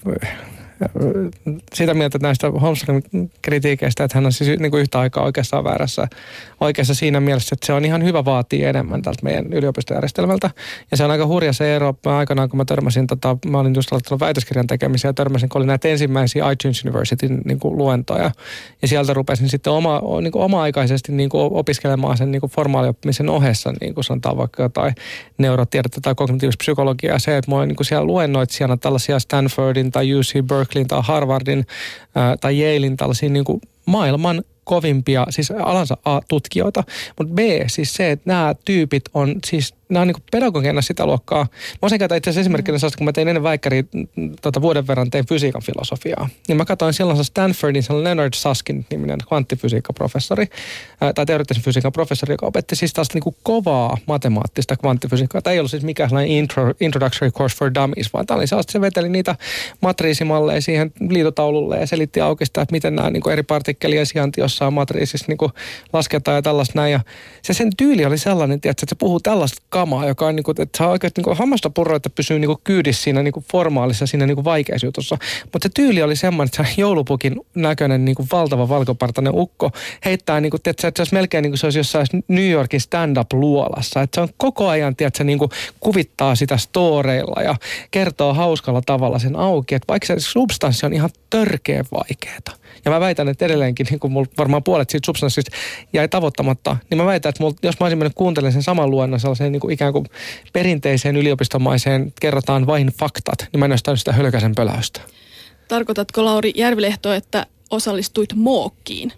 sitä mieltä näistä Holmströmin kritiikeistä, että hän on siis niin kuin yhtä aikaa oikeastaan väärässä, oikeassa siinä mielessä, että se on ihan hyvä vaatii enemmän tältä meidän yliopistojärjestelmältä. Ja se on aika hurja se ero. Mä aikanaan, kun mä törmäsin, tota, mä olin just aloittanut väitöskirjan tekemisiä ja törmäsin, kun oli näitä ensimmäisiä iTunes Universityn niin kuin luentoja. Ja sieltä rupesin sitten oma, niin kuin oma-aikaisesti niin kuin opiskelemaan sen niin kuin formaalioppimisen ohessa, niin kuin sanotaan vaikka jotain neurotiedettä tai kognitiivista psykologiaa. Se, että mulla on niin kuin siellä luennoitsijana tällaisia Stanfordin tai U C Berkeleyin tai Harvardin ää, tai Yalein tällaisia niin kuin maailman kovimpia, siis alansa A-tutkijoita, mutta B, siis se, että nämä tyypit on, siis nämä on niin kuin pedagogina sitä luokkaa. Mä osin käytä itse asiassa esimerkkinä sellaista, kun mä tein ennen väikkäriä tota, vuoden verran tein fysiikan filosofiaa. Niin mä katsoin silloin Stanfordin, se on Leonard Susskind-niminen kvanttifysiikkaprofessori, ää, tai teoreettisen fysiikan professori, joka opetti siis tällaista niin kuin kovaa matemaattista kvanttifysiikkaa. Tämä ei ollut siis mikään sellainen intro, introductory course for dummies, vaan tämä oli sellaista, se veteli niitä matriisimalleja siihen liitotaululle ja selitti auki sitä, että miten nämä niin kuin eri partikkelien sijainti jossain matriisissa niin kuin lasketaan ja tällaista näin. Ja se sen tyyli oli sellainen, tiedätkö, että se puhuu tällaista kamaa, joka on niin kuin, että saa oikeasti niin kuin hammasta purroa, että pysyy niin kuin kyydissä siinä niin kuin formaalissa, siinä niin kuin vaikeassa jutussa. Mutta se tyyli oli semmoinen, että se joulupukin näköinen niin kuin valtava valkopartainen ukko heittää niin kuin, tiedätkö, että se olisi melkein niin kuin se olisi jossain New Yorkin stand-up-luolassa. Että se on koko ajan, tiedätkö, niin kuin kuvittaa sitä storeilla ja kertoo hauskalla tavalla sen auki, että vaikka se substanssi on ihan törkeä vaikeeta. Ja mä väitän, että edelleenkin, niin kuin mulla varmaan puolet siitä substanssista jäi tavoittamatta, niin mä väitän, että mulla, jos mä olisin mennyt kuuntelemaan sen saman luennon sellaiseen niin kuin ikään kuin perinteiseen yliopistomaiseen kerrotaan vain faktat, niin mä en olisi sitä hölkäsen pöläystä. Tarkoitatko, Lauri Järvilehto, että osallistuit mookkiin?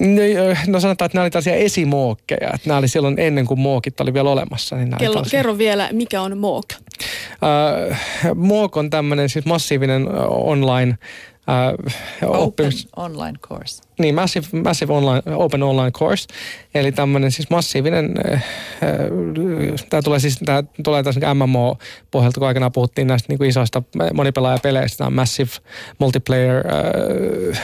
No sanotaan, että nämä oli tällaisia esimookkeja, että nämä oli silloin ennen kuin mookit oli vielä olemassa. Niin Kello, tällaisia... Kerro vielä, mikä on mook? Uh, mook on tämmöinen siis massiivinen online Uh, open oppimis... online course. Niin, massive, massive online, open online course. Eli tämmöinen siis massiivinen, äh, tämä tulee siis, tämä tulee tässä M M O-pohjalta, kun aikanaan puhuttiin näistä niin kuin isoista monipelaajapeleistä, tämä Massive Multiplayer äh,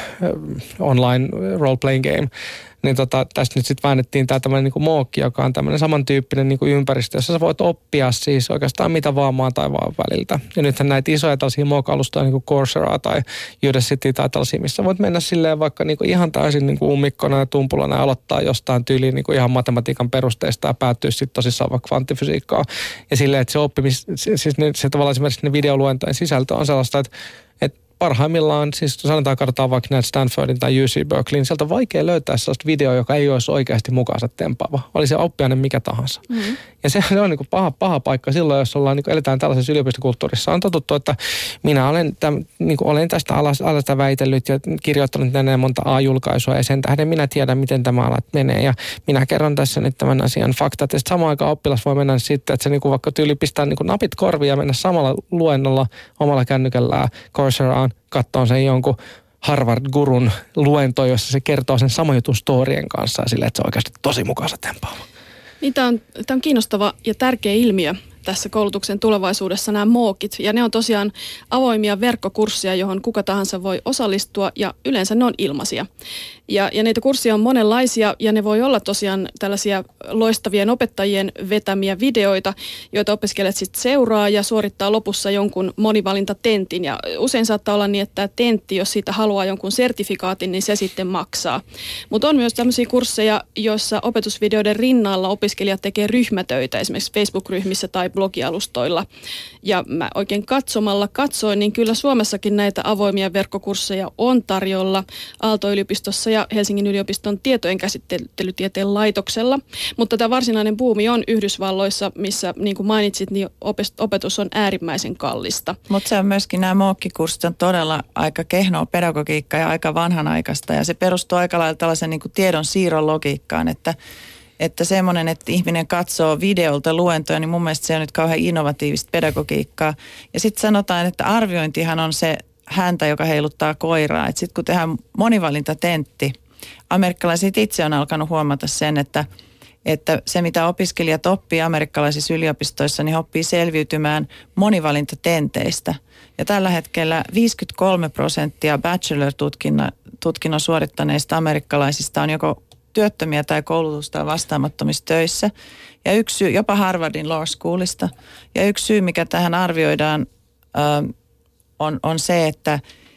Online Role-Playing Game. Niin tota, tästä nyt sitten väännettiin tämä tämmöinen niinku mookki, joka on tämmöinen samantyyppinen niinku ympäristö, jossa sä voit oppia siis oikeastaan mitä vaan maan taivaan väliltä. Ja nythän näitä isoja tällaisia mook-alustoja, niin kuin Coursera tai Udacity tai tällaisia, missä voit mennä silleen vaikka niinku ihan täysin niinku ummikkona ja tumpulana ja aloittaa jostain tyyliin niinku ihan matematiikan perusteista ja päättyä sitten tosissaan vaikka kvanttifysiikkaa. Ja silleen, että se oppimis, siis ne, se tavallaan esimerkiksi ne videoluentojen sisältö on sellaista, että parhaimmillaan, siis sanotaan katsotaan vaikka näitä Stanfordin tai U C Berkeley, niin sieltä on vaikea löytää sellaista videoa, joka ei olisi oikeasti mukaansa tempaava. Oli se oppiainen mikä tahansa. Mm-hmm. Ja se, se on niin kuin paha, paha paikka silloin, jos ollaan, niin kuin eletään tällaisessa yliopistokulttuurissa. On totuttu, että minä olen, täm, niin kuin olen tästä alasta väitellyt ja kirjoittanut tänne monta A-julkaisua ja sen tähden minä tiedän, miten tämä alat menee. Ja minä kerron tässä nyt tämän asian faktat. Ja sitten samaan aikaan oppilas voi mennä sitten, että se niin kuin vaikka tyyli pistää niin kuin napit korviin ja mennä samalla luennolla omalla kännykällään Courseraan, katsoa sen jonkun Harvard-gurun luento, jossa se kertoo sen saman jutun storien kanssa ja silleen, että se on oikeasti tosi mukaansa tempaava. Niin, tämä on, tämä on kiinnostava ja tärkeä ilmiö tässä koulutuksen tulevaisuudessa, nämä mookit. Ja ne on tosiaan avoimia verkkokursseja, johon kuka tahansa voi osallistua ja yleensä ne on ilmaisia. Ja, ja näitä kursseja on monenlaisia ja ne voi olla tosiaan tällaisia loistavien opettajien vetämiä videoita, joita opiskelijat sitten seuraa ja suorittaa lopussa jonkun monivalintatentin. Ja usein saattaa olla niin, että tentti, jos siitä haluaa jonkun sertifikaatin, niin se sitten maksaa. Mutta on myös tämmöisiä kursseja, joissa opetusvideoiden rinnalla opiskelijat tekee ryhmätöitä, esimerkiksi Facebook-ryhmissä tai blogialustoilla. Ja mä oikein katsomalla katsoin, niin kyllä Suomessakin näitä avoimia verkkokursseja on tarjolla Aalto-yliopistossa ja Helsingin yliopiston tietojen käsittelytieteen laitoksella. Mutta tämä varsinainen buumi on Yhdysvalloissa, missä niin kuin mainitsit, niin opetus on äärimmäisen kallista. Mutta se on myöskin, nämä mookkikurssit on todella aika kehnoa pedagogiikkaa ja aika vanhanaikaista. Ja se perustuu aika lailla tällaisen niin kuin tiedon siirron logiikkaan, että Että semmoinen, että ihminen katsoo videolta luentoja, niin mun mielestä se on nyt kauhean innovatiivista pedagogiikkaa. Ja sitten sanotaan, että arviointihan on se häntä, joka heiluttaa koiraa. Että sitten kun tehdään monivalintatentti, amerikkalaiset itse on alkanut huomata sen, että, että se mitä opiskelijat oppii amerikkalaisissa yliopistoissa, niin he oppii selviytymään monivalintatenteistä. Ja tällä hetkellä viisikymmentäkolme prosenttia bachelor-tutkinnon suorittaneista amerikkalaisista on joko työttömiä tai koulutusta vastaamattomissa töissä. Ja yksi syy, jopa Harvardin Law Schoolista. Ja yksi syy, mikä tähän arvioidaan, ö, on, on se, että,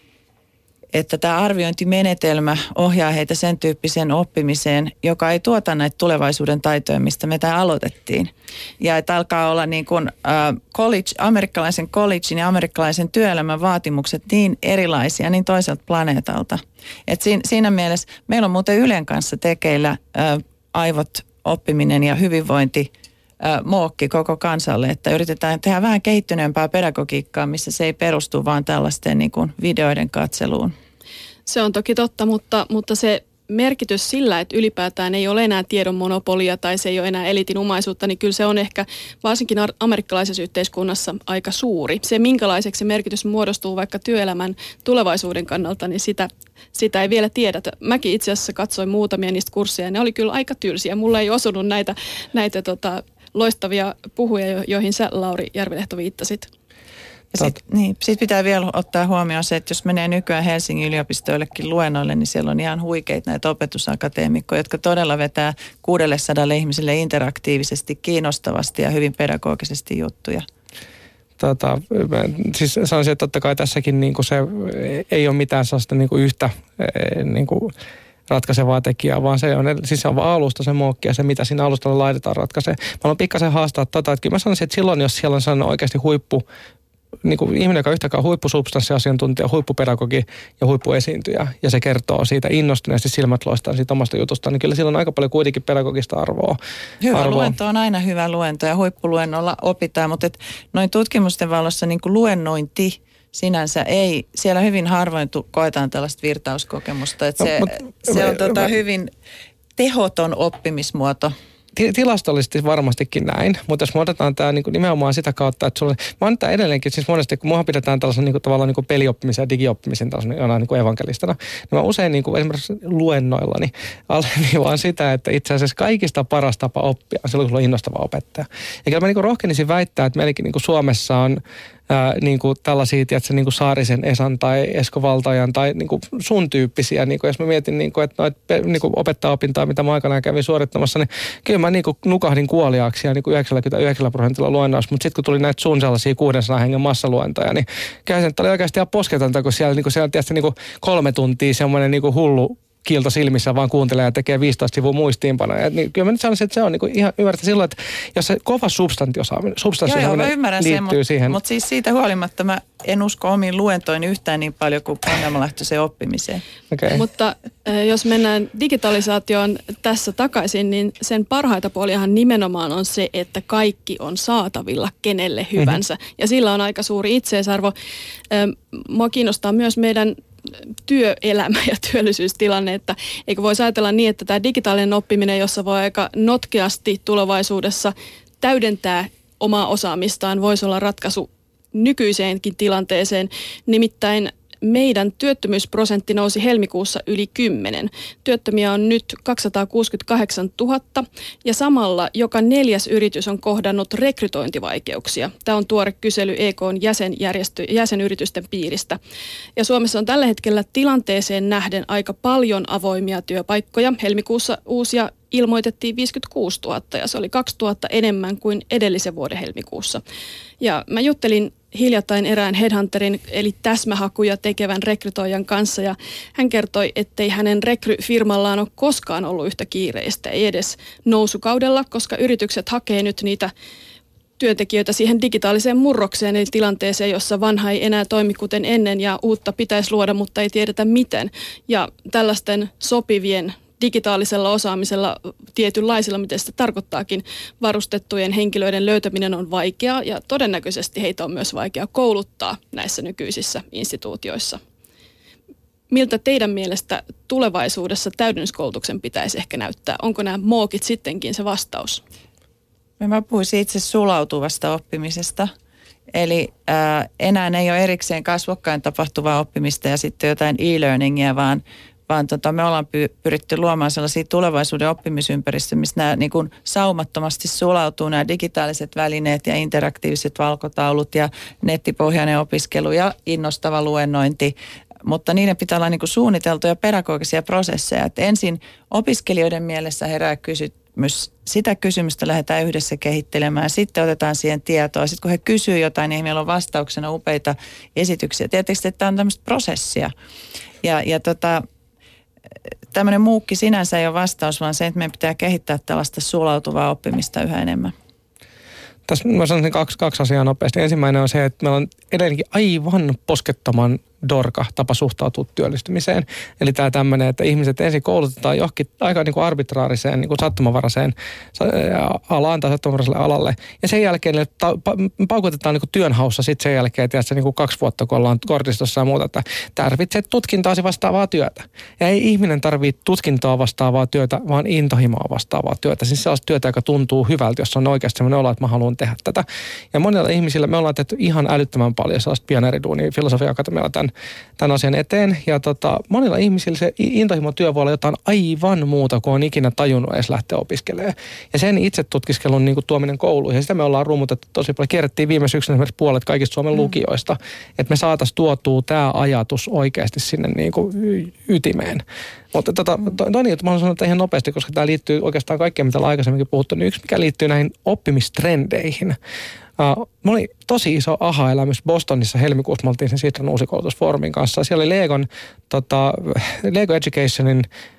että tämä arviointimenetelmä ohjaa heitä sen tyyppiseen oppimiseen, joka ei tuota näitä tulevaisuuden taitoja, mistä me tämä aloitettiin. Ja että alkaa olla niin kuin äh, college, amerikkalaisen collegein ja amerikkalaisen työelämän vaatimukset niin erilaisia niin toiselta planeetalta. Et siinä, siinä mielessä meillä on muuten Ylen kanssa tekeillä äh, aivot, oppiminen ja hyvinvointi äh, mookki koko kansalle, että yritetään tehdä vähän kehittyneempää pedagogiikkaa, missä se ei perustu vaan tällaisten niin kuin videoiden katseluun. Se on toki totta, mutta, mutta se merkitys sillä, että ylipäätään ei ole enää tiedon monopolia tai se ei ole enää eliitin omaisuutta, niin kyllä se on ehkä varsinkin amerikkalaisessa yhteiskunnassa aika suuri. Se, minkälaiseksi se merkitys muodostuu vaikka työelämän tulevaisuuden kannalta, niin sitä, sitä ei vielä tiedetä. Mäkin itse asiassa katsoin muutamia niistä kursseja ja ne oli kyllä aika tylsiä. Mulla ei osunut näitä, näitä tota, loistavia puhuja, joihin sä, Lauri Järvilehto, viittasit. Ja sit, niin, sit pitää vielä ottaa huomioon se, että jos menee nykyään Helsingin yliopistoillekin luennoille, niin siellä on ihan huikeita näitä opetusakateemikkoja, jotka todella vetää kuusisataa ihmisille interaktiivisesti, kiinnostavasti ja hyvin pedagogisesti juttuja. Tota, siis sanoisin, että totta kai tässäkin niin kuin se ei ole mitään sellaista niin kuin yhtä niin kuin ratkaisevaa tekijää, vaan se on, siis se on vaan alusta se muokki ja se, mitä siinä alustalla laitetaan ratkaisee. Mä haluan pikkasen haastaa tota, että kyllä mä sanoisin, että silloin, jos siellä on sellainen oikeasti huippu, niin kuin ihminen, joka yhtäkään huippusubstanssiasiantuntija, huippupedagogi ja huippuesiintyjä, ja se kertoo siitä innostuneesti silmät loistaan siitä omasta jutustaan, niin kyllä silloin on aika paljon kuitenkin pedagogista arvoa. Hyvä arvoa. luento on aina hyvä luento ja huippuluennolla opitaan, mutta et noin tutkimusten valossa niin kuin luennointi sinänsä ei, siellä hyvin harvoin tu, koetaan tällaista virtauskokemusta, että se, no, mut, se on mä, tota mä, hyvin tehoton oppimismuoto. Tilastollisesti varmastikin näin, mutta jos me otetaan tämä niin nimenomaan sitä kautta, että sulle, mä oon tämä edelleenkin, siis monesti kun muahan pidetään tällaisen niin kuin, tavallaan niin kuin pelioppimisen ja digioppimisen tällaisen jonain niin kuin evankelistana, niin mä usein niin kuin, esimerkiksi luennoillani alleviivaan sitä, että itse asiassa kaikista paras tapa oppia on silloin, kun sulla on innostava opettaja. Ja kyllä mä niin kuin rohkenisin väittää, että meilläkin niin kuin Suomessa on Ää, niin kuin tällaisia, tiedätkö, niin kuin Saarisen Esan tai Esko Valtajan tai niin kuin sun tyyppisiä, niin kuin jos mä mietin, niin kuin, että noita niin kuin opettajaopintaa, mitä mä aikanaan kävin suorittamassa, niin kyllä mä niin kuin nukahdin kuoliaaksi ja niin kuin yhdeksänkymmentäyhdeksän prosentilla luennoissa, mutta sitten kun tuli näitä sun sellaisia kuudensadan hengen massaluentoja, niin kyllä se oli oikeasti ihan posketonta, kun siellä, niin kuin, siellä tiedätkö, niin kuin kolme tuntia semmoinen niin kuin hullu kiilto silmissä vaan kuuntelee ja tekee viisitoista sivua muistiinpanoja. Niin kyllä mä nyt sanoisin, että se on niinku ihan ymmärretä silloin, että jos se kova substantiosaaminen, substantiosaaminen liittyy sen, siihen. Mutta siis siitä huolimatta mä en usko omiin luentoihin yhtään niin paljon kuin ongelmalähtöiseen oppimiseen. Okay. Mutta jos mennään digitalisaatioon tässä takaisin, niin sen parhaita puoliahan nimenomaan on se, että kaikki on saatavilla kenelle hyvänsä. Mm-hmm. Ja sillä on aika suuri itseisarvo. Mua kiinnostaa myös meidän työelämä ja työllisyystilanne, että eikö voisi ajatella niin, että tämä digitaalinen oppiminen, jossa voi aika notkeasti tulevaisuudessa täydentää omaa osaamistaan, voisi olla ratkaisu nykyiseenkin tilanteeseen. Nimittäin meidän työttömyysprosentti nousi helmikuussa yli kymmenen. Työttömiä on nyt kaksisataakuusikymmentäkahdeksantuhatta ja samalla joka neljäs yritys on kohdannut rekrytointivaikeuksia. Tämä on tuore kysely E K:n jäsenjärjestö, jäsenyritysten piiristä. Ja Suomessa on tällä hetkellä tilanteeseen nähden aika paljon avoimia työpaikkoja. Helmikuussa uusia ilmoitettiin viisikymmentäkuusituhatta ja se oli kaksituhatta enemmän kuin edellisen vuoden helmikuussa. Ja mä juttelin hiljattain erään headhunterin eli täsmähakuja tekevän rekrytoijan kanssa ja hän kertoi, ettei hänen rekryfirmallaan ole koskaan ollut yhtä kiireistä, ei edes nousukaudella, koska yritykset hakee nyt niitä työntekijöitä siihen digitaaliseen murrokseen, eli tilanteeseen, jossa vanha ei enää toimi kuten ennen ja uutta pitäisi luoda, mutta ei tiedetä miten. Ja tällaisten sopivien digitaalisella osaamisella tietynlaisilla, mitä sitä tarkoittaakin, varustettujen henkilöiden löytäminen on vaikeaa ja todennäköisesti heitä on myös vaikea kouluttaa näissä nykyisissä instituutioissa. Miltä teidän mielestä tulevaisuudessa täydennyskoulutuksen pitäisi ehkä näyttää? Onko nämä mookit sittenkin se vastaus? Mä puhuisin itse sulautuvasta oppimisesta. Eli ää, enää ei ole erikseen kasvokkain tapahtuvaa oppimista ja sitten jotain e-learningia, vaan vaan tota, me ollaan pyritty luomaan sellaisia tulevaisuuden oppimisympäristöjä, missä nämä niin kuin saumattomasti sulautuu nämä digitaaliset välineet ja interaktiiviset valkotaulut ja nettipohjainen opiskelu ja innostava luennointi. Mutta niiden pitää olla niin kuin suunniteltuja pedagogisia prosesseja. Et ensin opiskelijoiden mielessä herää kysymys, sitä kysymystä lähdetään yhdessä kehittelemään. Sitten otetaan siihen tietoa. Sitten kun he kysyvät jotain, niin meillä on vastauksena upeita esityksiä. Tietysti, että tämä on tämmöistä prosessia. Ja, ja tota... Tämmöinen muukki sinänsä ei ole vastaus, vaan se, että meidän pitää kehittää tällaista sulautuvaa oppimista yhä enemmän. Tässä mä sanoisin kaksi, kaksi asiaa nopeasti. Ensimmäinen on se, että meillä on edelleenkin aivan poskettoman dorka tapa suhtautua työllistymiseen. Eli tämä tämmöinen, että ihmiset ensin koulutetaan johonkin aika niin kuin arbitraariseen, niin kuin sattumanvaraiseen alaan tai sattumanvaraiselle alalle. Ja sen jälkeen ne ta- paukutetaan niin kuin työnhaussa sitten sen jälkeen, että niin kuin kaksi vuotta, kun ollaan kortistossa ja muuta, että tarvitset tutkintoasi vastaavaa työtä. Ja ei ihminen tarvitse tutkintoa vastaavaa työtä, vaan intohimoa vastaavaa työtä. Siis sellaista työtä, joka tuntuu hyvältä, jos on oikeasti sellainen olo, että mä haluan tehdä tätä. Ja monilla ihmisillä me ollaan tehty ihan älyttömän paljon sellaista pioneeriduunia Filosofia-akatemialla tämän tämän asian eteen. Ja tota, monilla ihmisillä se intohimotyö voi olla jotain aivan muuta kuin on ikinä tajunnut edes lähteä opiskelemaan. Ja sen itse tutkiskelun niin kuin tuominen kouluihin. Ja sitä me ollaan rummutettu tosi paljon. Kierrettiin viime syksynä esimerkiksi puolet kaikista Suomen mm. lukioista, että me saataisiin tuotua tämä ajatus oikeasti sinne niin kuin ytimeen. Mutta tota, toinen juttu, mä haluan sanoa ihan nopeasti, koska tämä liittyy oikeastaan kaikkeen, mitä ollaan aikaisemminkin puhuttu, niin yksi, mikä liittyy näihin oppimistrendeihin. Uh, mulla oli tosi iso aha-elämys Bostonissa helmikuussa, me oltiin sen Sitran uusikoulutusfoorumin kanssa. Siellä oli Legon, tota, Lego Educationin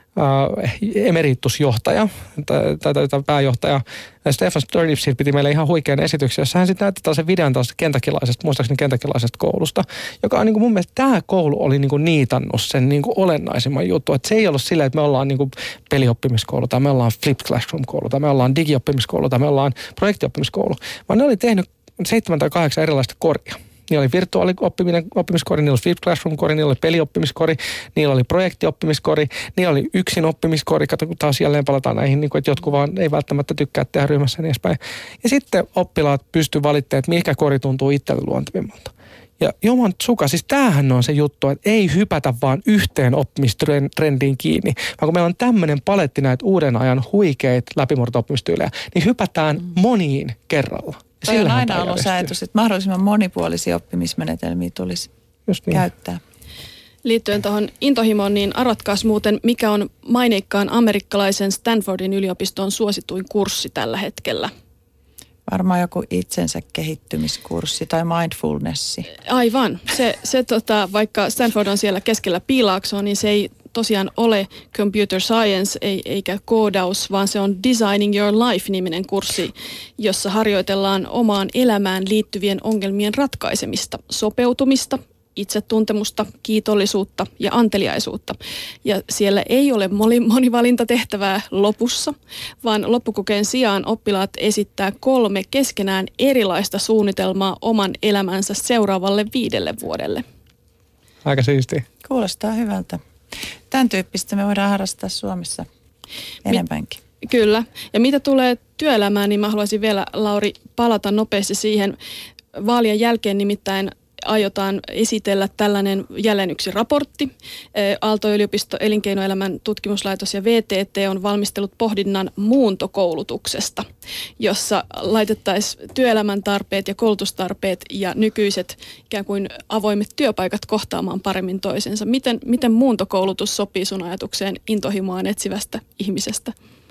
uh, emeritusjohtaja, tai, tai, tai pääjohtaja, Stefan Sturridge piti meille ihan huikean esityksen, jossa hän sitten näytti tällaisen videon tällaisesta kentakilaisesta, muistaakseni kentakilaisesta koulusta, joka on niin kuin mun mielestä, tämä koulu oli niin kuin niitannut sen niin kuin olennaisimman juttu, että se ei ollut silleen, että me ollaan niin kuin pelioppimiskoulu, tai me ollaan flipped classroom-koulu, tai me ollaan digioppimiskoulu, tai me ollaan projektioppimiskoulu, vaan ne oli tehnyt seitsemän tai kahdeksan erilaista koria. Niillä oli virtuaalioppiminen, oppimiskori, niillä oli flipped classroom-kori, niillä oli pelioppimiskori, niillä oli projektioppimiskori, niillä oli yksin oppimiskori. Kato, kun taas jälleen palataan näihin, niin kuin, että jotkut vaan ei välttämättä tykkää tehdä ryhmässä ja niin edespäin. Ja sitten oppilaat pystyy valittamaan, että mikä kori tuntuu itselle luontevimmalta. Ja juman suka, siis tämähän on se juttu, että ei hypätä vaan yhteen oppimistrendiin kiinni, vaan kun meillä on tämmöinen paletti näitä uuden ajan huikeita läpimurto-oppimistyylejä, niin hypätään mm. moniin kerralla. Toi on aina ollut se ajatus, että mahdollisimman monipuolisia oppimismenetelmiä tulisi niin käyttää. Liittyen tuohon intohimoon, niin arvatkaas muuten, mikä on maineikkaan amerikkalaisen Stanfordin yliopiston suosituin kurssi tällä hetkellä? Varmaan joku itsensä kehittymiskurssi tai mindfulnessi. Aivan. Se, se tota, vaikka Stanford on siellä keskellä piilaaksoa, niin se ei tosiaan ole computer science ei, eikä koodaus, vaan se on Designing Your Life-niminen kurssi, jossa harjoitellaan omaan elämään liittyvien ongelmien ratkaisemista, sopeutumista, itsetuntemusta, kiitollisuutta ja anteliaisuutta. Ja siellä ei ole monivalintatehtävää lopussa, vaan loppukokeen sijaan oppilaat esittää kolme keskenään erilaista suunnitelmaa oman elämänsä seuraavalle viidelle vuodelle. Aika siistiä. Kuulostaa hyvältä. Tämän tyyppistä me voidaan harrastaa Suomessa enemmänkin. Mi- kyllä. Ja mitä tulee työelämään, niin mä haluaisin vielä, Lauri, palata nopeasti siihen. Vaalien jälkeen nimittäin aiotaan esitellä tällainen jälleen yksi raportti. Aalto-yliopisto, Elinkeinoelämän tutkimuslaitos ja V T T on valmistellut pohdinnan muuntokoulutuksesta, jossa laitettaisiin työelämän tarpeet ja koulutustarpeet ja nykyiset ikään kuin avoimet työpaikat kohtaamaan paremmin toisensa. Miten, miten muuntokoulutus sopii sun ajatukseen intohimoaan etsivästä ihmisestä?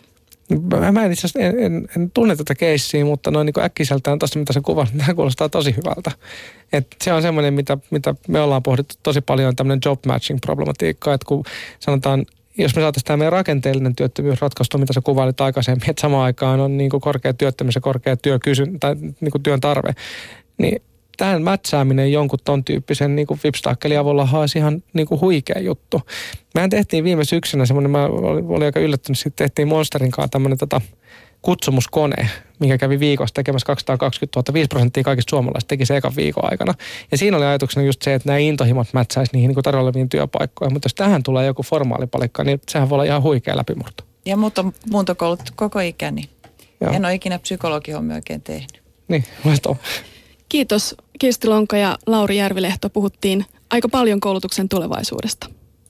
Mä en itse asiassa en, en, en tunne tätä keissiä, mutta noin niin äkkiseltään tuosta, mitä se kuvaa, tämä kuulostaa tosi hyvältä. Et se on semmoinen, mitä, mitä me ollaan pohdittu tosi paljon, tämmöinen job matching problematiikka, että kun sanotaan, jos me saataisiin tämä meidän rakenteellinen työttömyys ratkaistua, mitä sä kuvailit aikaisemmin, että samaan aikaan on niin kuin korkea työttömyys ja korkea työkysyn, tai niin kuin työn tarve, niin tähän mätsääminen jonkun ton tyyppisen niin kuin Vipstakkelin avulla olisi ihan niin kuin huikea juttu. Mehän tehtiin viime syksynä semmoinen, mä olin, olin aika yllättynyt, sitten tehtiin Monsterin kanssa tämmöinen tota, kutsumuskone, mikä kävi viikossa tekemässä kaksisataakaksikymmentätuhatta, viisi prosenttia kaikista suomalaisista teki se ekan viikon aikana. Ja siinä oli ajatuksena just se, että nämä intohimot mätsäisi niihin niin kuin tarjolla oleviin työpaikkoihin. Mutta jos tähän tulee joku formaalipalikka, niin sehän voi olla ihan huikea läpimurto. Ja muunto, muuntokoulut koko ikäni. Joo. En ole ikinä psykologihommia oikein tehnyt. Niin, loistavaa. Kiitos Kirsti Lonka ja Lauri Järvilehto. Puhuttiin aika paljon koulutuksen tulevaisuudesta.